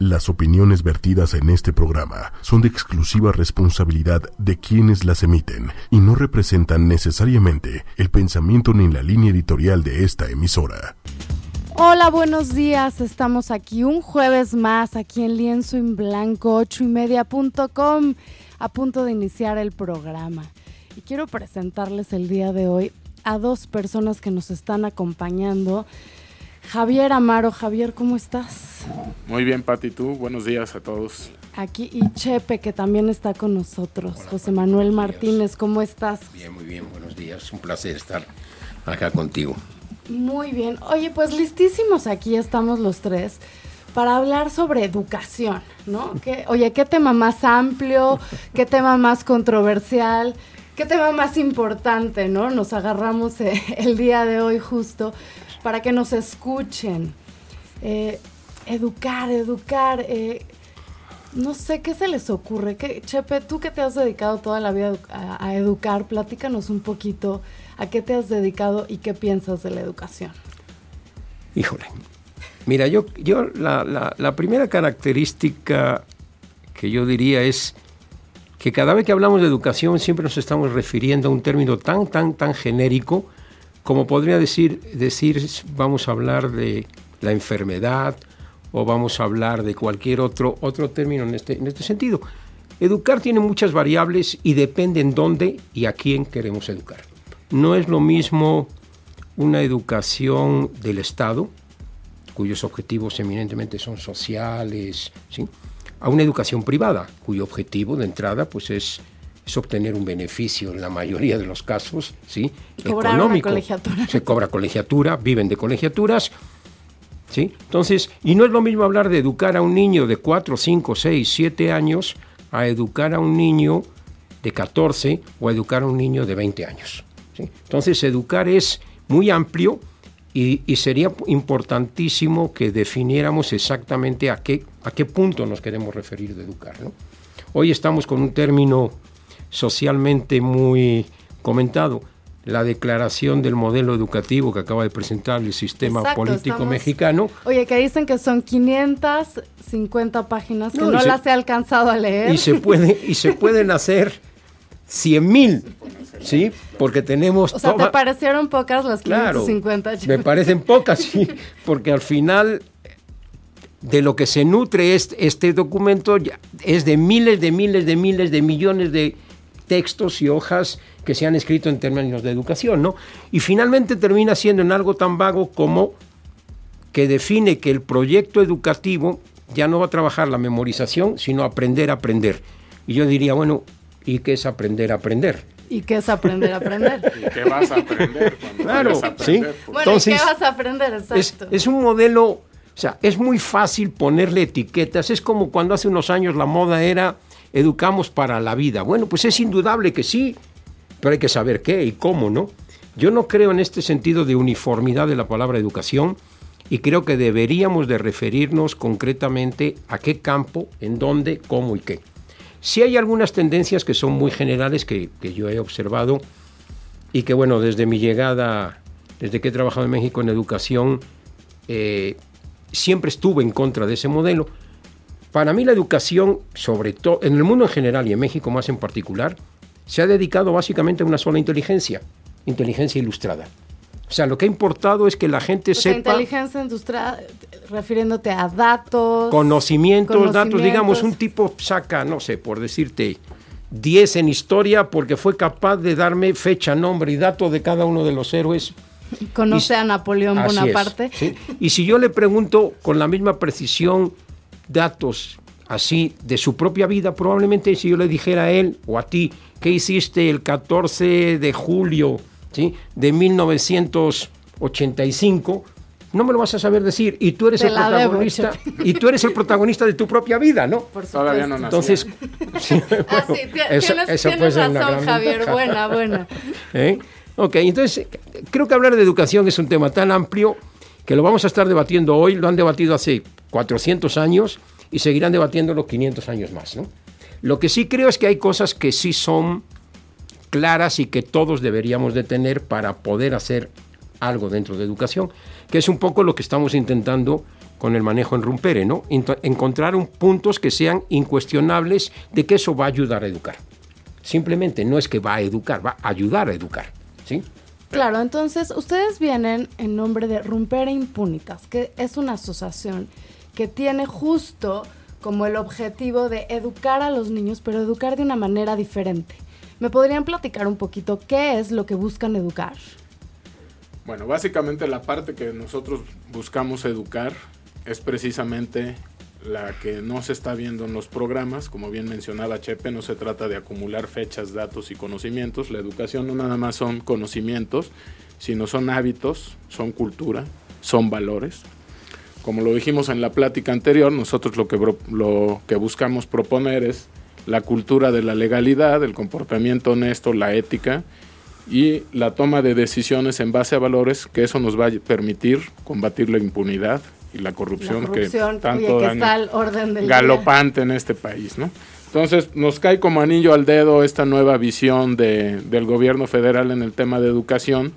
Las opiniones vertidas en este programa son de exclusiva responsabilidad de quienes las emiten y no representan necesariamente el pensamiento ni la línea editorial de esta emisora. Hola, buenos días. Estamos aquí un jueves más, aquí en Lienzo en Blanco, 8ymedia.com, a punto de iniciar el programa. Y quiero presentarles el día de hoy a dos personas que nos están acompañando. Javier Amaro. Javier, ¿cómo estás? Muy bien, Pati, ¿tú? Buenos días a todos. Aquí, y Chepe, que también está con nosotros. Hola, José Manuel Martínez, ¿cómo estás? Bien, muy bien, buenos días. Un placer estar acá contigo. Muy bien. Oye, pues listísimos aquí estamos los tres para hablar sobre educación, ¿no? ¿Qué tema más amplio? ¿Qué tema más controversial? ¿Qué tema más importante, no? Nos agarramos el día de hoy justo para que nos escuchen. Educar. No sé, ¿qué se les ocurre? Chepe, tú que te has dedicado toda la vida a educar, platícanos un poquito a qué te has dedicado y qué piensas de la educación. Híjole, mira, yo la primera característica que yo diría es que cada vez que hablamos de educación siempre nos estamos refiriendo a un término tan genérico como podría decir, vamos a hablar de la enfermedad o vamos a hablar de cualquier otro término en este sentido. Educar tiene muchas variables y depende en dónde y a quién queremos educar. No es lo mismo una educación del Estado, cuyos objetivos eminentemente son sociales, ¿sí?, a una educación privada, cuyo objetivo de entrada pues es obtener un beneficio en la mayoría de los casos, ¿sí?, económico. Se cobra colegiatura, viven de colegiaturas, ¿sí? Entonces, y no es lo mismo hablar de educar a un niño de 4, 5, 6, 7 años a educar a un niño de 14 o a educar a un niño de 20 años. ¿Sí? Entonces, educar es muy amplio y sería importantísimo que definiéramos exactamente a qué punto nos queremos referir de educar, ¿no? Hoy estamos con un término socialmente muy comentado, la declaración del modelo educativo que acaba de presentar el sistema político mexicano. Oye, que dicen que son 550 páginas, que no las he alcanzado a leer. Y se pueden hacer 100,000, ¿sí? Porque tenemos... O sea, ¿te parecieron pocas las 550? Claro, me parecen pocas, sí, porque al final de lo que se nutre este documento es de miles, de millones de textos y hojas que se han escrito en términos de educación, ¿no? Y finalmente termina siendo en algo tan vago como que define que el proyecto educativo ya no va a trabajar la memorización, sino aprender a aprender. Y yo diría, bueno, ¿y qué es aprender a aprender? ¿Y qué es aprender a aprender? ¿Y qué vas a aprender cuando vayas a aprender? ¿Sí? Bueno, entonces, ¿y qué vas a aprender? Exacto. Es un modelo, o sea, es muy fácil ponerle etiquetas. Es como cuando hace unos años la moda era educamos para la vida. Bueno, pues es indudable que sí, pero hay que saber qué y cómo, ¿no? Yo no creo en este sentido de uniformidad de la palabra educación y creo que deberíamos de referirnos concretamente a qué campo, en dónde, cómo y qué. Sí hay algunas tendencias que son muy generales que yo he observado y que, bueno, desde mi llegada, desde que he trabajado en México en educación, siempre estuve en contra de ese modelo. Para mí la educación, sobre todo, en el mundo en general y en México más en particular, se ha dedicado básicamente a una sola inteligencia ilustrada. O sea, lo que ha importado es que la gente sepa... Inteligencia ilustrada, refiriéndote a datos... Conocimientos, datos, digamos, un tipo saca, no sé, por decirte, 10 en historia porque fue capaz de darme fecha, nombre y dato de cada uno de los héroes. Conoce a Napoleón Bonaparte. ¿Sí? Y si yo le pregunto con la misma precisión datos así de su propia vida, probablemente si yo le dijera a él o a ti, ¿qué hiciste el 14 de julio, ¿sí?, de 1985? No me lo vas a saber decir, y tú eres el protagonista, de tu propia vida, ¿no? Por supuesto. Todavía no nací. Entonces, sí, bueno, tienes razón, Javier, buena. Ok, entonces creo que hablar de educación es un tema tan amplio que lo vamos a estar debatiendo hoy, lo han debatido hace 400 años y seguirán debatiéndolo 500 años más, ¿no? Lo que sí creo es que hay cosas que sí son claras y que todos deberíamos de tener para poder hacer algo dentro de educación, que es un poco lo que estamos intentando con el manejo en Rumpere, ¿no? Encontrar puntos que sean incuestionables de que eso va a ayudar a educar. Simplemente no es que va a educar, va a ayudar a educar, ¿sí? Claro, entonces ustedes vienen en nombre de Rumpere Impunitas, que es una asociación que tiene justo como el objetivo de educar a los niños, pero educar de una manera diferente. ¿Me podrían platicar un poquito qué es lo que buscan educar? Bueno, básicamente la parte que nosotros buscamos educar es precisamente la que no se está viendo en los programas. Como bien mencionaba Chepe, no se trata de acumular fechas, datos y conocimientos. La educación no nada más son conocimientos, sino son hábitos, son cultura, son valores. Como lo dijimos en la plática anterior, nosotros lo que buscamos proponer es la cultura de la legalidad, el comportamiento honesto, la ética y la toma de decisiones en base a valores, que eso nos va a permitir combatir la impunidad y la corrupción que tanto que está al orden del galopante día en este país, ¿no? Entonces nos cae como anillo al dedo esta nueva visión del gobierno federal en el tema de educación,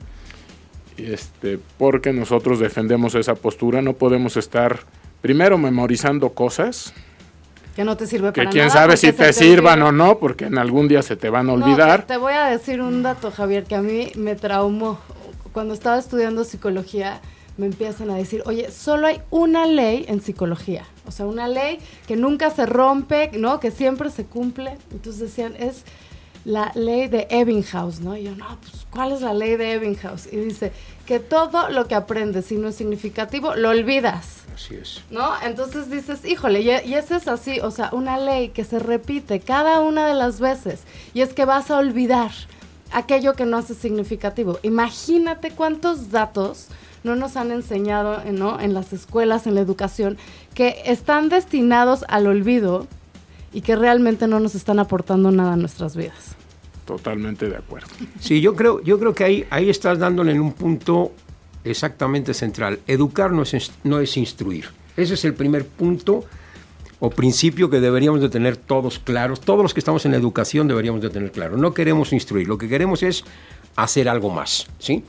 porque nosotros defendemos esa postura. No podemos estar primero memorizando cosas que no te sirve para nada. Que quién sabe si te sirvan o no, porque en algún día se te van a olvidar. No, te voy a decir un dato, Javier, que a mí me traumó. Cuando estaba estudiando psicología, me empiezan a decir, oye, solo hay una ley en psicología. O sea, una ley que nunca se rompe, ¿no? Que siempre se cumple. Entonces decían, es la ley de Ebbinghaus, ¿no? Y yo, no, pues, ¿cuál es la ley de Ebbinghaus? Y dice que todo lo que aprendes, si no es significativo, lo olvidas. Así es. ¿No? Entonces dices, híjole, y eso es así, o sea, una ley que se repite cada una de las veces, y es que vas a olvidar aquello que no hace significativo. Imagínate cuántos datos no nos han enseñado, ¿no? En las escuelas, en la educación, que están destinados al olvido y que realmente no nos están aportando nada a nuestras vidas. Totalmente de acuerdo. Sí, yo creo que ahí estás dándole en un punto exactamente central. Educar no es instruir. Ese es el primer punto o principio que deberíamos de tener todos claros. Todos los que estamos en la educación deberíamos de tener claro. No queremos instruir, lo que queremos es hacer algo más, ¿sí?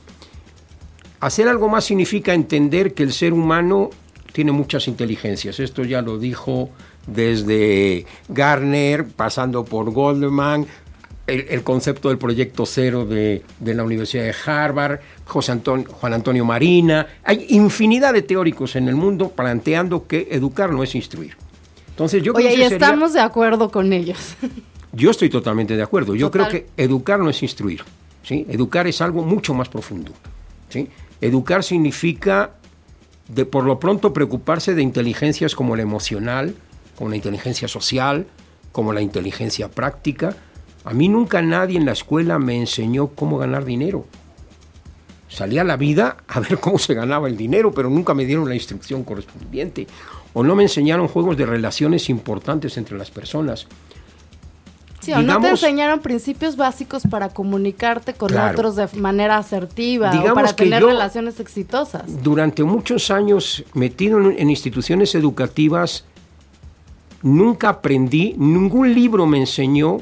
Hacer algo más significa entender que el ser humano tiene muchas inteligencias. Esto ya lo dijo desde Gardner, pasando por Goldman, el concepto del proyecto cero de la Universidad de Harvard, Juan Antonio Marina. Hay infinidad de teóricos en el mundo planteando que educar no es instruir. Entonces, yo creo que estamos de acuerdo con ellos. Yo estoy totalmente de acuerdo. Yo creo que educar no es instruir, ¿sí? Educar es algo mucho más profundo, ¿sí? Educar significa, por lo pronto, preocuparse de inteligencias como la emocional, como la inteligencia social, como la inteligencia práctica. A mí nunca nadie en la escuela me enseñó cómo ganar dinero. Salí a la vida a ver cómo se ganaba el dinero, pero nunca me dieron la instrucción correspondiente. O no me enseñaron juegos de relaciones importantes entre las personas. Sí, o no te enseñaron principios básicos para comunicarte con otros de manera asertiva o para tener relaciones exitosas. Durante muchos años metido en instituciones educativas, nunca aprendí, ningún libro me enseñó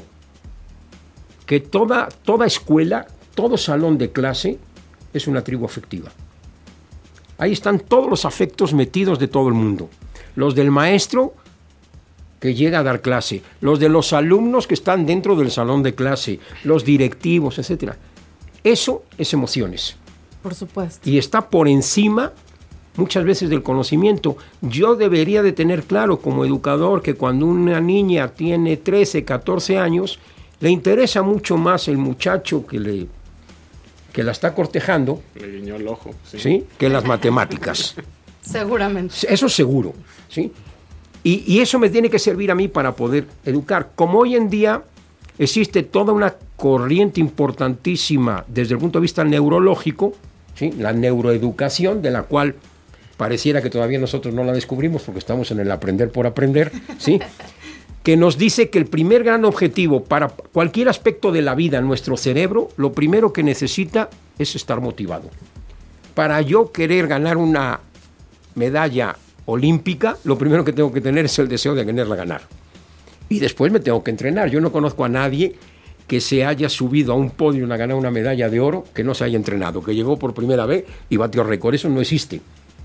que toda escuela, todo salón de clase es una tribu afectiva. Ahí están todos los afectos metidos de todo el mundo. Los del maestro que llega a dar clase, los de los alumnos que están dentro del salón de clase, los directivos, etc. Eso es emociones. Por supuesto. Y está por encima muchas veces del conocimiento. Yo debería de tener claro como educador que cuando una niña tiene 13, 14 años, le interesa mucho más el muchacho que la está cortejando. Le guiñó el ojo. ¿Sí? Que las matemáticas. Seguramente. Eso seguro, ¿sí? Y eso me tiene que servir a mí para poder educar. Como hoy en día existe toda una corriente importantísima desde el punto de vista neurológico, ¿sí? La neuroeducación, de la cual pareciera que todavía nosotros no la descubrimos porque estamos en el aprender por aprender, ¿sí? Que nos dice que el primer gran objetivo para cualquier aspecto de la vida en nuestro cerebro, lo primero que necesita es estar motivado. Para yo querer ganar una medalla olímpica, lo primero que tengo que tener es el deseo de quererla ganar. Y después me tengo que entrenar. Yo no conozco a nadie que se haya subido a un podio a ganar una medalla de oro que no se haya entrenado, que llegó por primera vez y batió récord. Eso no existe.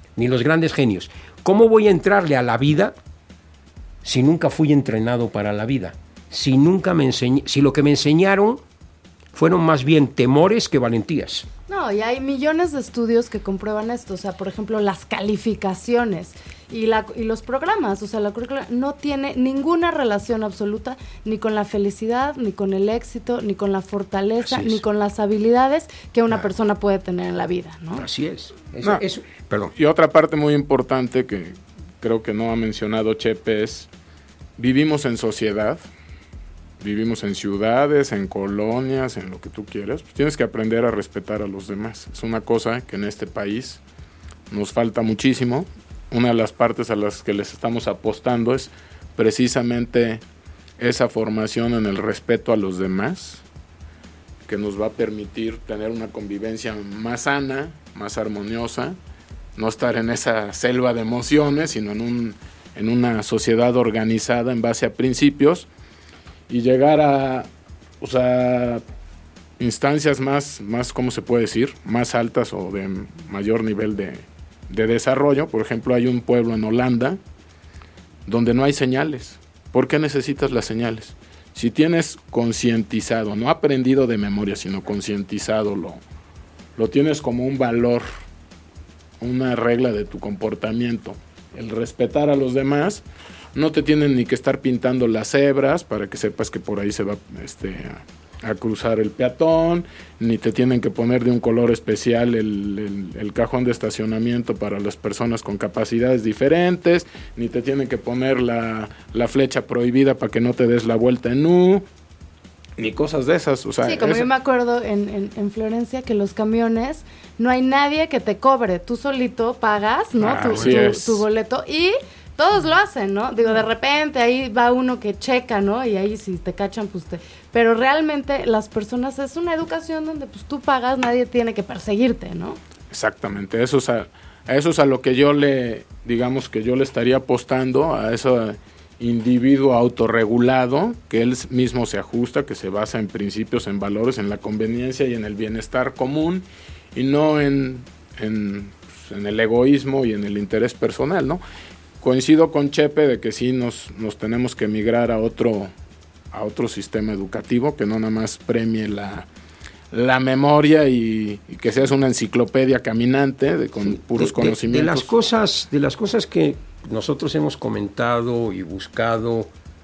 ni los grandes genios. ¿Cómo voy a entrarle a la vida si nunca fui entrenado para la vida? Si lo que me enseñaron fueron más bien temores que valentías. No, y hay millones de estudios que comprueban esto. O sea, por ejemplo, las calificaciones y los programas. O sea, la currícula no tiene ninguna relación absoluta ni con la felicidad, ni con el éxito, ni con la fortaleza, ni con las habilidades que una persona puede tener en la vida, ¿no? Así es. Perdón. Y otra parte muy importante que creo que no ha mencionado Chepe es, vivimos en sociedad, vivimos en ciudades, en colonias, en lo que tú quieras, pues tienes que aprender a respetar a los demás. Es una cosa que en este país nos falta muchísimo. Una de las partes a las que les estamos apostando es precisamente esa formación en el respeto a los demás, que nos va a permitir tener una convivencia más sana, más armoniosa, no estar en esa selva de emociones, sino en una sociedad organizada en base a principios, y llegar a instancias más, ¿cómo se puede decir?, más altas o de mayor nivel de desarrollo. Por ejemplo, hay un pueblo en Holanda donde no hay señales. ¿Por qué necesitas las señales? Si tienes concientizado, no aprendido de memoria, sino concientizado, lo tienes como un valor, una regla de tu comportamiento, el respetar a los demás. No te tienen ni que estar pintando las cebras para que sepas que por ahí se va a cruzar el peatón, ni te tienen que poner de un color especial el cajón de estacionamiento para las personas con capacidades diferentes, ni te tienen que poner la flecha prohibida para que no te des la vuelta en U, ni cosas de esas. O sea, sí, como yo me acuerdo en Florencia que los camiones, no hay nadie que te cobre, tú solito pagas, ¿no? Tu boleto y todos lo hacen, ¿no? Digo, de repente ahí va uno que checa, ¿no? Y ahí si te cachan, pues Pero realmente las personas, es una educación donde pues tú pagas, nadie tiene que perseguirte, ¿no? Exactamente, eso es a lo que yo le estaría apostando, a ese individuo autorregulado, que él mismo se ajusta, que se basa en principios, en valores, en la conveniencia y en el bienestar común, y no en el egoísmo y en el interés personal, ¿no? Coincido con Chepe de que sí nos tenemos que migrar a otro sistema educativo que no nada más premie la memoria y que seas una enciclopedia caminante con puros conocimientos. De las cosas que nosotros hemos comentado y buscado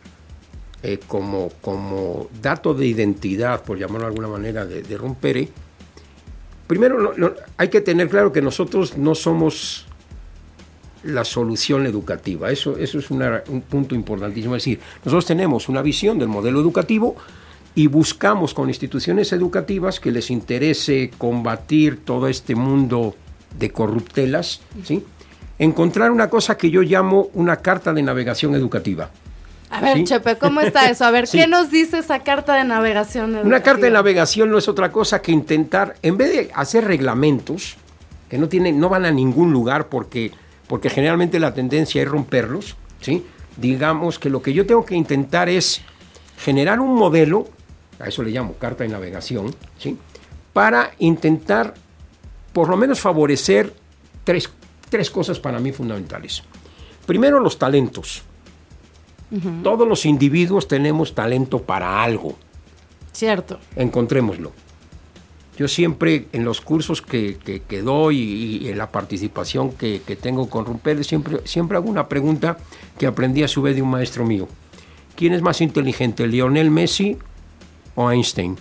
como dato de identidad, por llamarlo de alguna manera, de Rumpere, primero hay que tener claro que nosotros no somos la solución educativa. Eso es un punto importantísimo. Es decir, nosotros tenemos una visión del modelo educativo y buscamos con instituciones educativas que les interese combatir todo este mundo de corruptelas, ¿sí?, encontrar una cosa que yo llamo una carta de navegación educativa. A ver, ¿sí? Chepe, ¿cómo está eso? A ver, sí. ¿Qué nos dice esa carta de navegación educativa? Una carta de navegación no es otra cosa que intentar, en vez de hacer reglamentos que no van a ningún lugar porque generalmente la tendencia es romperlos, ¿sí?, digamos que lo que yo tengo que intentar es generar un modelo, a eso le llamo carta de navegación, ¿sí?, para intentar por lo menos favorecer tres cosas para mí fundamentales. Primero, los talentos. Uh-huh. Todos los individuos tenemos talento para algo. Cierto. Encontrémoslo. Yo siempre en los cursos que doy y en la participación que tengo con Rumpere, siempre hago una pregunta que aprendí a su vez de un maestro mío. ¿Quién es más inteligente, Lionel Messi o Einstein?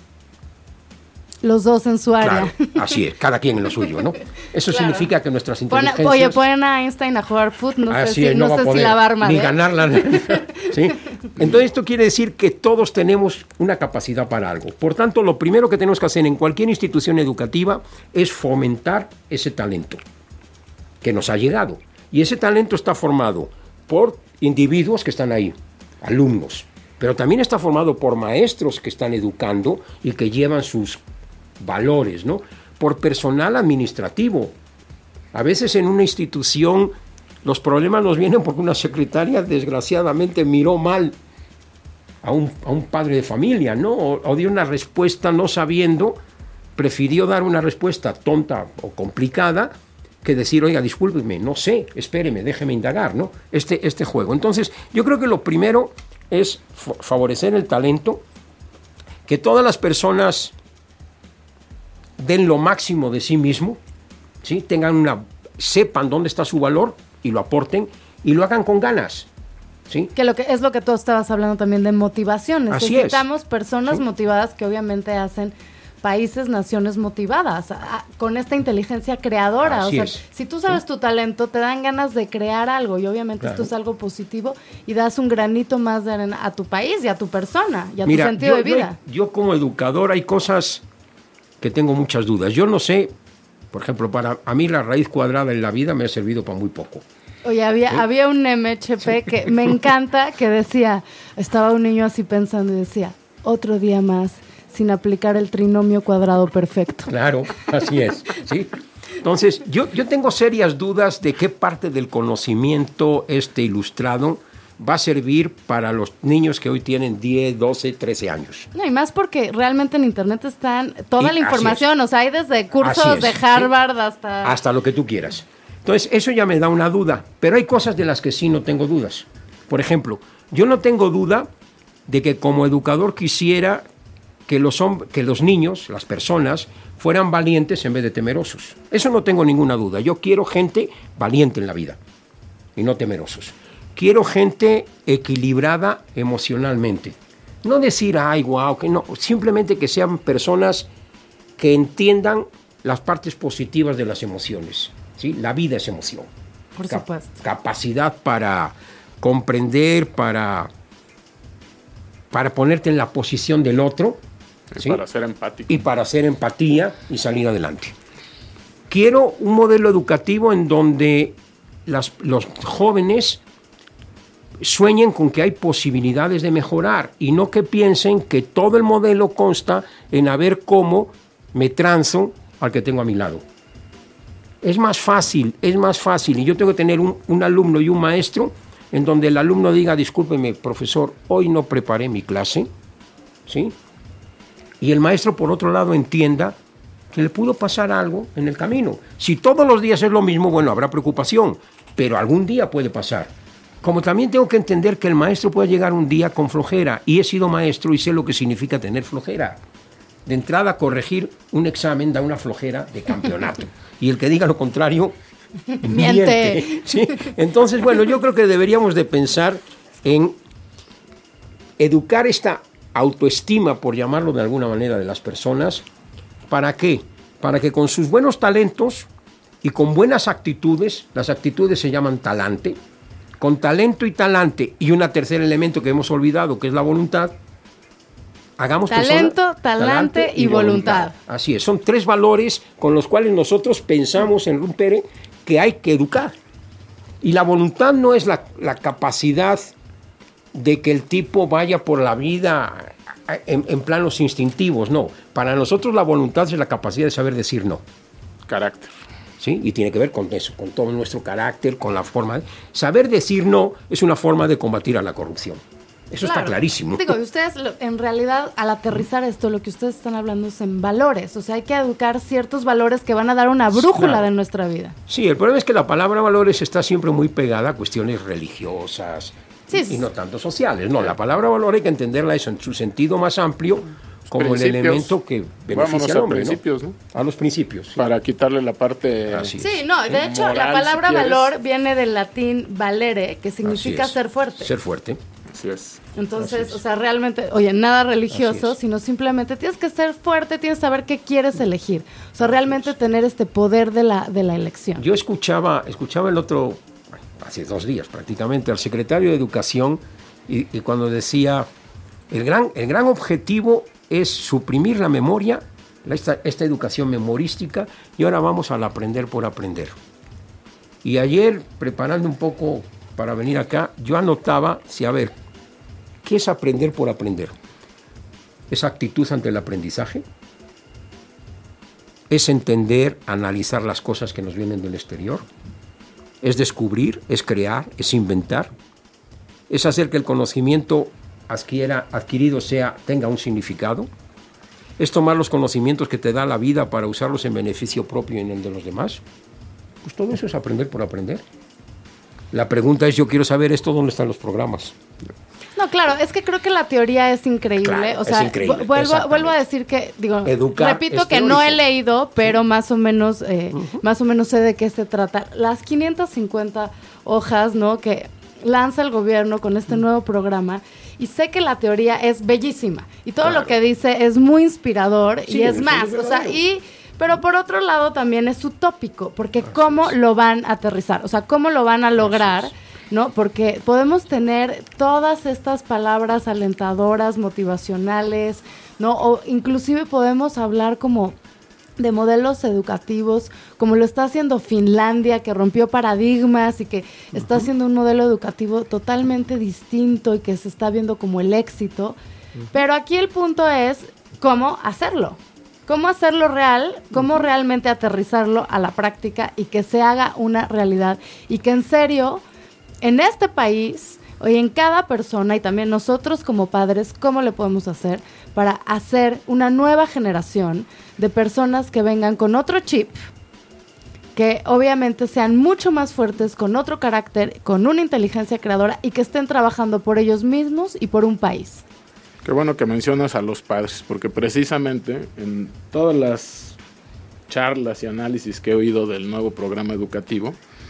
Los dos en su área. Claro, así es, cada quien en lo suyo, ¿no? Eso claro. Significa que nuestras inteligencias... Ponen a Einstein a jugar fútbol, no sé si la va a armar. Ni ganarla, ¿sí? Entonces esto quiere decir que todos tenemos una capacidad para algo. Por tanto, lo primero que tenemos que hacer en cualquier institución educativa es fomentar ese talento que nos ha llegado. Y ese talento está formado por individuos que están ahí, alumnos, pero también está formado por maestros que están educando y que llevan sus valores, ¿no?, por personal administrativo. A veces en una institución los problemas nos vienen porque una secretaria desgraciadamente miró mal a un padre de familia, ¿no?, o dio una respuesta no sabiendo, prefirió dar una respuesta tonta o complicada que decir, oiga, discúlpeme, no sé, espéreme, déjeme indagar, ¿no? Este juego. Entonces, yo creo que lo primero es favorecer el talento, que todas las personas den lo máximo de sí mismo, ¿sí? Sepan dónde está su valor y lo aporten y lo hagan con ganas, ¿sí? Que es lo que tú estabas hablando también de motivación. Necesitamos personas motivadas que obviamente hacen países, naciones motivadas con esta inteligencia creadora. Así o sea, es. Si tú sabes tu talento, te dan ganas de crear algo y obviamente esto es algo positivo y das un granito más de arena a tu país y a tu persona y a tu sentido de vida. Yo como educador hay cosas que tengo muchas dudas. Yo no sé, por ejemplo, a mí la raíz cuadrada en la vida me ha servido para muy poco. Oye, había un MHP que me encanta, que decía, estaba un niño así pensando y decía, otro día más sin aplicar el trinomio cuadrado perfecto. Claro, así es, ¿sí? Entonces, yo tengo serias dudas de qué parte del conocimiento ilustrado va a servir para los niños que hoy tienen 10, 12, 13 años. No, y más porque realmente en Internet están toda la información, o sea, hay desde cursos de Harvard hasta lo que tú quieras. Entonces, eso ya me da una duda, pero hay cosas de las que sí no tengo dudas. Por ejemplo, yo no tengo duda de que como educador quisiera que los niños, las personas, fueran valientes en vez de temerosos. Eso no tengo ninguna duda. Yo quiero gente valiente en la vida y no temerosos. Quiero gente equilibrada emocionalmente. No decir, ay, guau, que no. Simplemente que sean personas que entiendan las partes positivas de las emociones, ¿sí? La vida es emoción. Por supuesto. Capacidad para comprender, para ponerte en la posición del otro. ¿Sí? Para ser empático. Y para hacer empatía y salir adelante. Quiero un modelo educativo en donde los jóvenes sueñen con que hay posibilidades de mejorar y no que piensen que todo el modelo consta en a ver cómo me transo al que tengo a mi lado. Es más fácil, y yo tengo que tener un alumno y un maestro en donde el alumno diga, discúlpeme, profesor, hoy no preparé mi clase, ¿sí? Y el maestro, por otro lado, entienda que le pudo pasar algo en el camino. Si todos los días es lo mismo, bueno, habrá preocupación, pero algún día puede pasar. Como también tengo que entender que el maestro puede llegar un día con flojera, y he sido maestro y sé lo que significa tener flojera. De entrada, corregir un examen da una flojera de campeonato. Y el que diga lo contrario, miente. ¿Sí? Entonces, bueno, yo creo que deberíamos de pensar en educar esta autoestima, por llamarlo de alguna manera, de las personas. ¿Para qué? Para que con sus buenos talentos y con buenas actitudes, las actitudes se llaman talante, con talento y talante y un tercer elemento que hemos olvidado, que es la voluntad, hagamos talante y voluntad. Así es, son tres valores con los cuales nosotros pensamos en Rumpere que hay que educar. Y la voluntad no es la capacidad de que el tipo vaya por la vida en planos instintivos, no. Para nosotros la voluntad es la capacidad de saber decir no. Carácter. ¿Sí? Y tiene que ver con eso, con todo nuestro carácter, con la forma de... Saber decir no es una forma de combatir a la corrupción. Eso está clarísimo. Digo, ustedes, en realidad, al aterrizar esto, lo que ustedes están hablando es en valores. O sea, hay que educar ciertos valores que van a dar una brújula de nuestra vida. Sí, el problema es que la palabra valores está siempre muy pegada a cuestiones religiosas y no tanto sociales. No, la palabra valor hay que entenderla eso en su sentido más amplio, como el elemento que beneficia al hombre, ¿no? A los principios. Sí. Para quitarle la parte... Sí, no, de hecho, moral, la palabra valor viene del latín valere, que significa ser fuerte. Ser fuerte. Así es. Entonces, o sea, realmente, oye, nada religioso, sino simplemente tienes que ser fuerte, tienes que saber qué quieres elegir. O sea, realmente tener este poder de la elección. Yo escuchaba el otro, hace 2 días prácticamente, al secretario de Educación, y cuando decía, el gran objetivo es suprimir la memoria, esta educación memorística, y ahora vamos al aprender por aprender. Y ayer, preparando un poco para venir acá, yo anotaba, a ver, ¿qué es aprender por aprender? ¿Es actitud ante el aprendizaje? ¿Es entender, analizar las cosas que nos vienen del exterior? ¿Es descubrir, es crear, es inventar? ¿Es hacer que el conocimiento adquirido tenga un significado? ¿Es tomar los conocimientos que te da la vida para usarlos en beneficio propio y en el de los demás? pues todo eso es aprender por aprender. La pregunta es, yo quiero saber esto, ¿dónde están los programas? No, claro, es que creo que la teoría es increíble. Claro, o sea, es increíble, vuelvo a decir que, repito que no he leído, pero más o menos sé de qué se trata. Las 550 hojas, ¿no?, que lanza el gobierno con este nuevo programa, y sé que la teoría es bellísima y todo lo que dice es muy inspirador, y es más, o sea, pero por otro lado también es utópico, porque cómo lo van a aterrizar, o sea, cómo lo van a lograr, ¿no? Porque podemos tener todas estas palabras alentadoras, motivacionales, ¿no? O inclusive podemos hablar como de modelos educativos, como lo está haciendo Finlandia, que rompió paradigmas y que está haciendo un modelo educativo totalmente distinto y que se está viendo como el éxito. Pero aquí el punto es cómo hacerlo real, cómo realmente aterrizarlo a la práctica y que se haga una realidad, y que en serio, en este país, y en cada persona, y también nosotros como padres, ¿cómo le podemos hacer para hacer una nueva generación de personas que vengan con otro chip, que obviamente sean mucho más fuertes, con otro carácter, con una inteligencia creadora, y que estén trabajando por ellos mismos y por un país? Qué bueno que mencionas a los padres, porque precisamente en todas las charlas y análisis que he oído del nuevo programa educativo,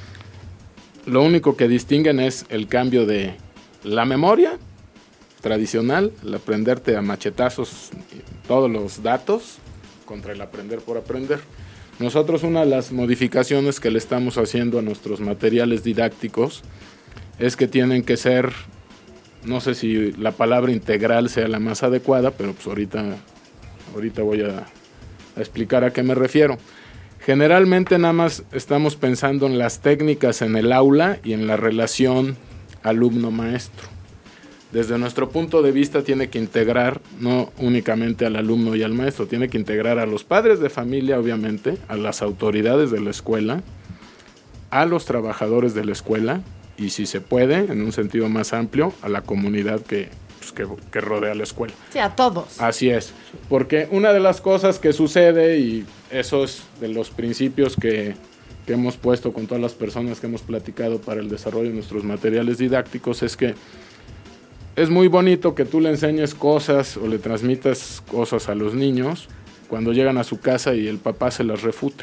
lo único que distinguen es el cambio de la memoria tradicional, el aprenderte a machetazos todos los datos, contra el aprender por aprender. Nosotros, una de las modificaciones que le estamos haciendo a nuestros materiales didácticos es que tienen que ser, no sé si la palabra integral sea la más adecuada, pero pues ahorita voy a explicar a qué me refiero. Generalmente nada más estamos pensando en las técnicas en el aula y en la relación alumno-maestro. Desde nuestro punto de vista tiene que integrar no únicamente al alumno y al maestro, tiene que integrar a los padres de familia, obviamente, a las autoridades de la escuela, a los trabajadores de la escuela y, si se puede, en un sentido más amplio, a la comunidad que rodea la escuela. Sí, a todos. Así es, porque una de las cosas que sucede, y eso es de los principios que hemos puesto con todas las personas que hemos platicado para el desarrollo de nuestros materiales didácticos, es que es muy bonito que tú le enseñes cosas o le transmitas cosas a los niños cuando llegan a su casa y el papá se las refuta.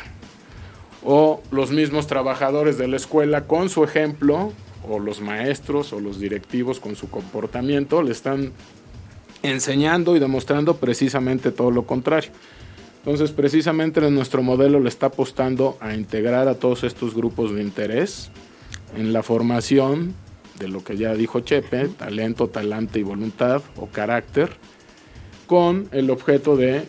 O los mismos trabajadores de la escuela con su ejemplo, o los maestros o los directivos con su comportamiento, le están enseñando y demostrando precisamente todo lo contrario. Entonces, precisamente nuestro modelo le está apostando a integrar a todos estos grupos de interés en la formación de lo que ya dijo Chepe, talento, talante y voluntad o carácter, con el objeto de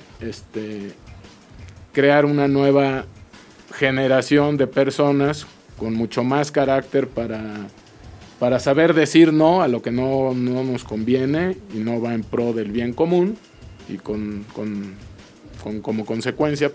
crear una nueva generación de personas con mucho más carácter para saber decir no a lo que no nos conviene y no va en pro del bien común, y como consecuencia,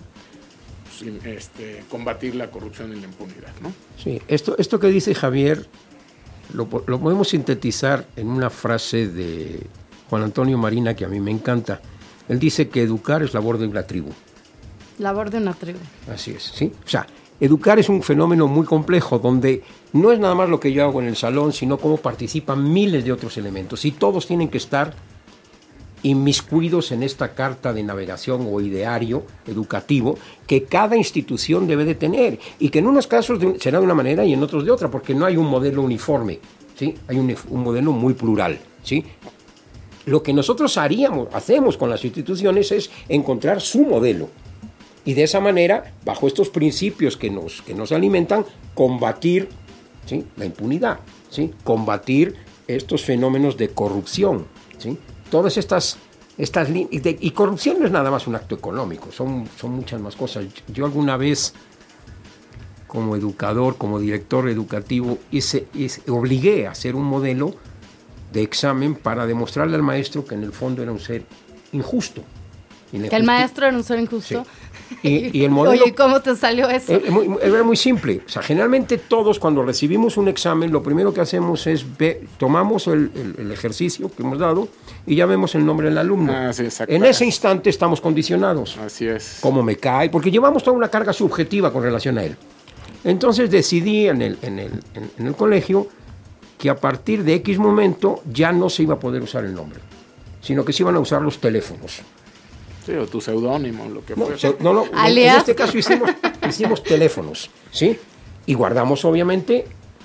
combatir la corrupción y la impunidad, ¿no? Sí, esto que dice Javier lo podemos sintetizar en una frase de Juan Antonio Marina que a mí me encanta. Él dice que educar es labor de una tribu. Labor de una tribu. Así es, ¿sí? O sea, educar es un fenómeno muy complejo, donde no es nada más lo que yo hago en el salón, sino cómo participan miles de otros elementos, y todos tienen que estar inmiscuidos en esta carta de navegación o ideario educativo que cada institución debe de tener, y que en unos casos será de una manera y en otros de otra, porque no hay un modelo uniforme, ¿sí? Hay un modelo muy plural, ¿sí? Lo que nosotros hacemos con las instituciones es encontrar su modelo, y de esa manera, bajo estos principios que nos alimentan, combatir, ¿sí?, la impunidad, ¿sí?, combatir estos fenómenos de corrupción, ¿sí? Todas estas líneas, y corrupción no es nada más un acto económico, son muchas más cosas. Yo alguna vez, como educador, como director educativo, obligué a hacer un modelo de examen para demostrarle al maestro que en el fondo era un ser injusto. Que el maestro era un ser injusto. Sí. Y el modelo, oye, ¿cómo te salió eso? Era muy simple. O sea, generalmente todos, cuando recibimos un examen, lo primero que hacemos es tomamos el ejercicio que hemos dado y ya vemos el nombre del alumno. Sí, en ese instante estamos condicionados. Así es. Cómo me cae, porque llevamos toda una carga subjetiva con relación a él. Entonces decidí en el colegio que a partir de X momento ya no se iba a poder usar el nombre, sino que se iban a usar los teléfonos. Sí, o tu seudónimo, lo que fuera. En este caso hicimos teléfonos, ¿sí? Y guardamos obviamente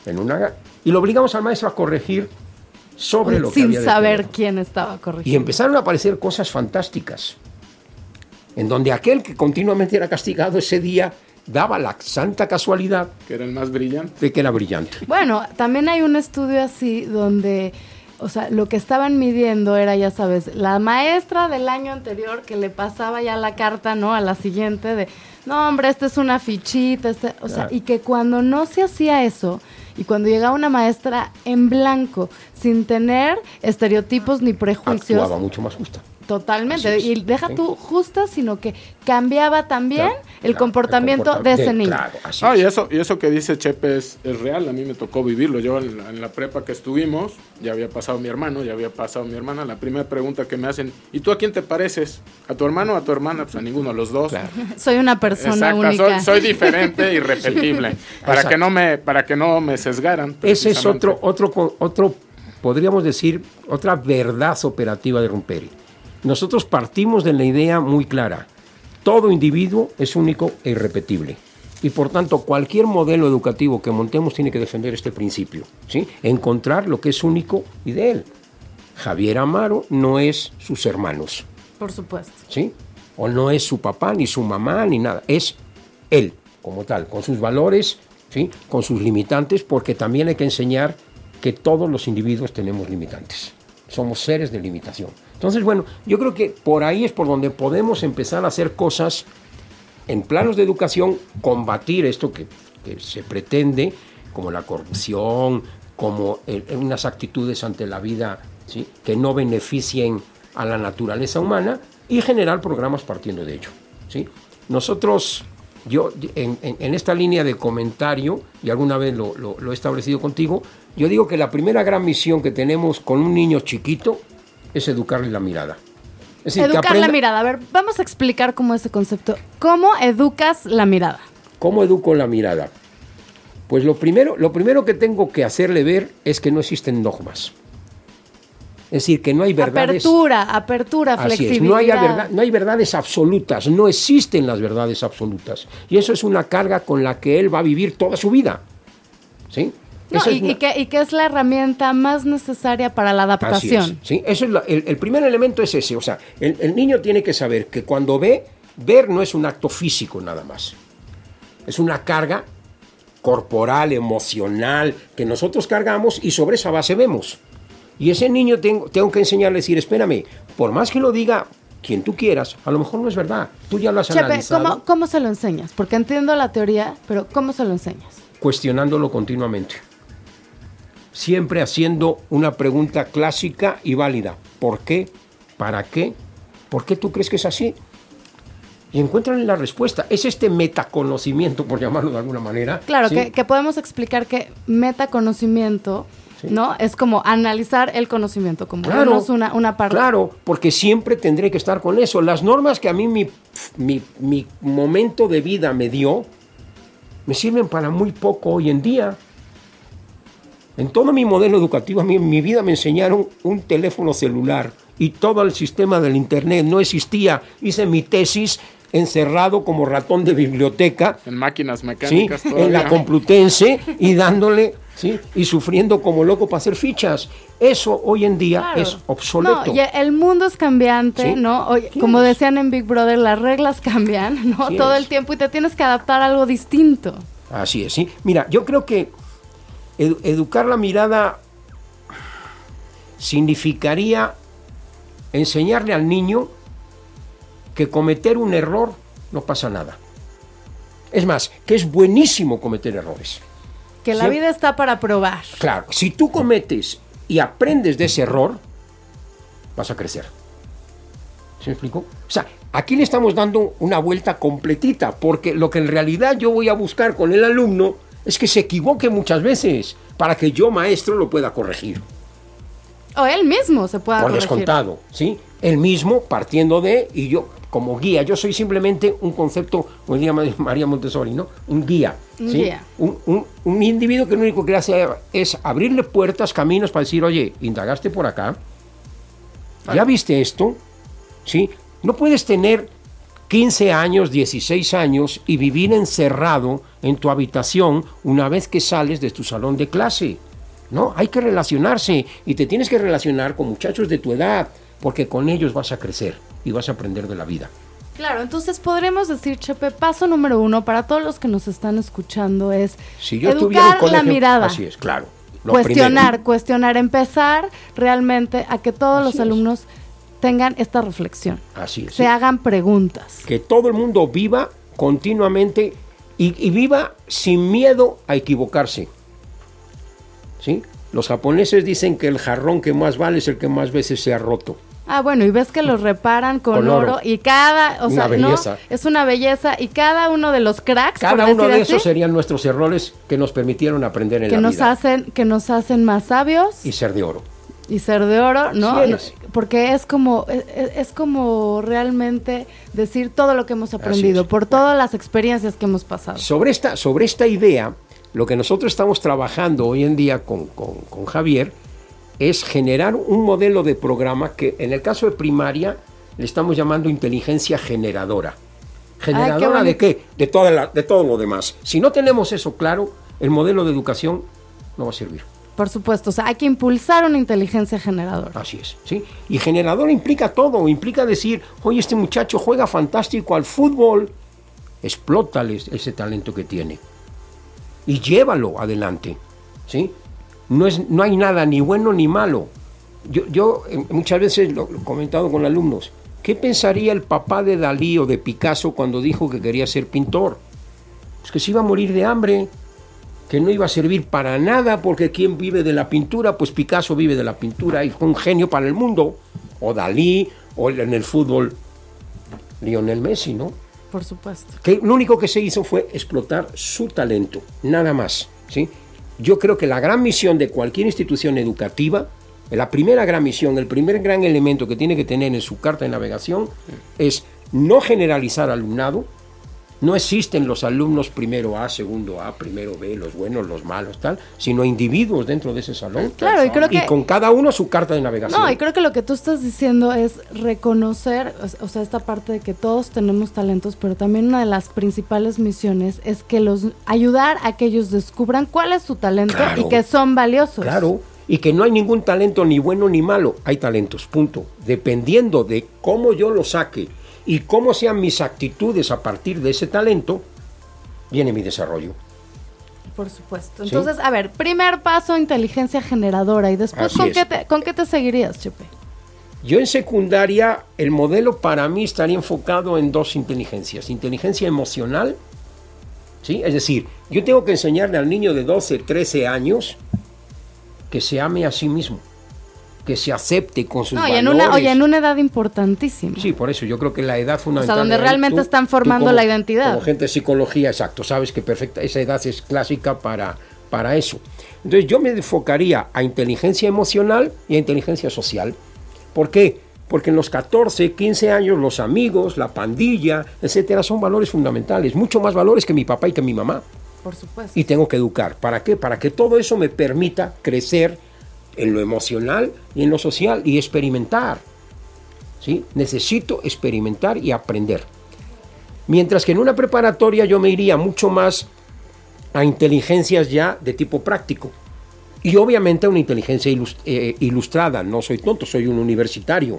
y lo obligamos al maestro a corregir sobre lo que había sin saber quién estaba corrigiendo. Y empezaron a aparecer cosas fantásticas, en donde aquel que continuamente era castigado ese día daba la santa casualidad que era el más brillante. De que era brillante. Bueno, también hay un estudio así donde, o sea, lo que estaban midiendo era, ya sabes, la maestra del año anterior que le pasaba ya la carta, ¿no? A la siguiente de, no, hombre, esta es una fichita, o sea, y que cuando no se hacía eso, y cuando llegaba una maestra en blanco, sin tener estereotipos ni prejuicios, actuaba mucho más justa. Totalmente, y deja tú justa, sino que cambiaba también el comportamiento de ese niño. Claro, y eso que dice Chepe es real, a mí me tocó vivirlo. Yo en la prepa que estuvimos, ya había pasado mi hermano, ya había pasado mi hermana. La primera pregunta que me hacen, ¿y tú a quién te pareces? ¿A tu hermano o a tu hermana? Pues a ninguno, a los dos. Claro. Soy una persona única. Soy diferente y repetible, para que no me sesgaran. Ese es otro, podríamos decir, otra verdad operativa de Rumperi. Nosotros partimos de la idea muy clara. Todo individuo es único e irrepetible. Y por tanto, cualquier modelo educativo que montemos tiene que defender este principio, ¿sí? Encontrar lo que es único y de él. Javier Amaro no es sus hermanos. Por supuesto. ¿Sí? O no es su papá, ni su mamá, ni nada. Es él, como tal, con sus valores, ¿sí? Con sus limitantes, porque también hay que enseñar que todos los individuos tenemos limitantes. Somos seres de limitación. Entonces, bueno, yo creo que por ahí es por donde podemos empezar a hacer cosas en planos de educación, combatir esto que se pretende, como la corrupción, como unas actitudes ante la vida, ¿sí? Que no beneficien a la naturaleza humana, y generar programas partiendo de ello, ¿sí? Nosotros, yo en esta línea de comentario, y alguna vez lo he establecido contigo, yo digo que la primera gran misión que tenemos con un niño chiquito es educarle la mirada. Es decir, educar la mirada. A ver, vamos a explicar cómo es ese concepto. ¿Cómo educas la mirada? ¿Cómo educo la mirada? Pues lo primero que tengo que hacerle ver es que no existen dogmas. Es decir, que no hay verdades... Apertura, flexibilidad. No hay verdades absolutas, no existen las verdades absolutas. Y eso es una carga con la que él va a vivir toda su vida, ¿sí? No, y que es la herramienta más necesaria para la adaptación. Así es, ¿sí? Eso es el primer elemento es ese. O sea, el niño tiene que saber que cuando ver no es un acto físico nada más. Es una carga corporal, emocional, que nosotros cargamos y sobre esa base vemos. Y ese niño tengo que enseñarle a decir, espérame, por más que lo diga quien tú quieras, a lo mejor no es verdad. Tú ya lo has analizado. ¿Cómo se lo enseñas? Porque entiendo la teoría, pero ¿cómo se lo enseñas? Cuestionándolo continuamente. Siempre haciendo una pregunta clásica y válida. ¿Por qué? ¿Para qué? ¿Por qué tú crees que es así? Y encuentran la respuesta. Es este metaconocimiento, por llamarlo de alguna manera. Claro, ¿sí? que podemos explicar que metaconocimiento, ¿sí? ¿No? Es como analizar el conocimiento, como vernos una parte. Claro, porque siempre tendré que estar con eso. Las normas que a mí mi momento de vida me dio, me sirven para muy poco hoy en día. En todo mi modelo educativo, a mí en mi vida me enseñaron un teléfono celular y todo el sistema del internet no existía. Hice mi tesis encerrado como ratón de biblioteca. En máquinas mecánicas, ¿sí? En la Complutense y dándole, ¿sí? Y sufriendo como loco para hacer fichas. Eso hoy en día es obsoleto. No, y el mundo es cambiante, ¿sí? ¿No? Como decían en Big Brother, las reglas cambian, ¿no? Todo el tiempo y te tienes que adaptar a algo distinto. Así es, sí. Mira, yo creo que educar la mirada significaría enseñarle al niño que cometer un error no pasa nada. Es más, que es buenísimo cometer errores. Que la vida está para probar. Claro, si tú cometes y aprendes de ese error, vas a crecer. ¿Se me explicó? O sea, aquí le estamos dando una vuelta completita, porque lo que en realidad yo voy a buscar con el alumno es que se equivoque muchas veces, para que yo, maestro, lo pueda corregir. O él mismo se pueda corregir. Por descontado, ¿sí? Él mismo partiendo de, y yo como guía. Yo soy simplemente un concepto, como diría María Montessori, ¿no? Un guía. ¿sí? Guía. Un individuo que lo único que hace es abrirle puertas, caminos para decir, oye, indagaste por acá, ¿ya viste esto? ¿Sí? No puedes tener 15 años, 16 años y vivir encerrado en tu habitación una vez que sales de tu salón de clase. No, hay que relacionarse y te tienes que relacionar con muchachos de tu edad, porque con ellos vas a crecer y vas a aprender de la vida. Claro, entonces podremos decir, Chepe, paso número 1 para todos los que nos están escuchando es si yo tuviera un educar colegio, la mirada. Así es, claro. Cuestionar, empezar realmente a que todos los alumnos tengan esta reflexión. Así es. Se hagan preguntas. Que todo el mundo viva continuamente y viva sin miedo a equivocarse. ¿Sí? Los japoneses dicen que el jarrón que más vale es el que más veces se ha roto. Ah, bueno, y ves que los reparan con oro y cada, o sea, ¿no? Es una belleza y cada uno de los cracks, cada uno de esos serían nuestros errores que nos permitieron aprender en la vida. Que nos hacen más sabios. Y ser de oro. Y ser de oro, ¿no? Sí es. Porque es como realmente decir todo lo que hemos aprendido, por todas las experiencias que hemos pasado. Sobre esta idea, lo que nosotros estamos trabajando hoy en día con Javier es generar un modelo de programa que en el caso de primaria le estamos llamando inteligencia generadora. ¿Generadora de qué? De todo lo demás. Si no tenemos eso claro, el modelo de educación no va a servir. Por supuesto, o sea, hay que impulsar una inteligencia generadora. Así es, ¿sí? Y generadora implica todo, implica decir, oye, este muchacho juega fantástico al fútbol, explótale ese talento que tiene y llévalo adelante, ¿sí? No hay nada ni bueno ni malo. Yo muchas veces lo he comentado con alumnos, ¿qué pensaría el papá de Dalí o de Picasso cuando dijo que quería ser pintor? Pues que se iba a morir de hambre, que no iba a servir para nada, porque ¿quién vive de la pintura? Pues Picasso vive de la pintura y fue un genio para el mundo. O Dalí, o en el fútbol, Lionel Messi, ¿no? Por supuesto. Que lo único que se hizo fue explotar su talento, nada más, ¿sí? Yo creo que la gran misión de cualquier institución educativa, la primera gran misión, el primer gran elemento que tiene que tener en su carta de navegación es no generalizar alumnado. No existen los alumnos primero A, segundo A, primero B, los buenos, los malos, tal, sino individuos dentro de ese salón. Claro, y creo que... Y con cada uno su carta de navegación. No, y creo que lo que tú estás diciendo es reconocer, o sea, esta parte de que todos tenemos talentos, pero también una de las principales misiones es que ayudar a que ellos descubran cuál es su talento, claro, y que son valiosos. Claro, y que no hay ningún talento ni bueno ni malo, hay talentos, punto. Dependiendo de cómo yo lo saque y cómo sean mis actitudes a partir de ese talento, viene mi desarrollo. Por supuesto. Entonces, ¿sí? A ver, primer paso, inteligencia generadora. ¿Y después con qué te seguirías, Chepe? Yo en secundaria, el modelo para mí estaría enfocado en dos inteligencias. Inteligencia emocional, ¿sí? Es decir, yo tengo que enseñarle al niño de 12, 13 años que se ame a sí mismo, que se acepte con sus valores. En una edad importantísima. Sí, por eso yo creo que la edad fundamental. O sea, donde realmente están formando la identidad. Como gente de psicología, exacto, sabes que esa edad es clásica para eso. Entonces yo me enfocaría a inteligencia emocional y a inteligencia social. ¿Por qué? Porque en los 14, 15 años los amigos, la pandilla, etcétera, son valores fundamentales, mucho más valores que mi papá y que mi mamá. Por supuesto. Y tengo que educar. ¿Para qué? Para que todo eso me permita crecer en lo emocional y en lo social y experimentar, ¿sí? Necesito experimentar y aprender. Mientras que en una preparatoria yo me iría mucho más a inteligencias ya de tipo práctico y obviamente a una inteligencia ilustrada. No soy tonto, soy un universitario,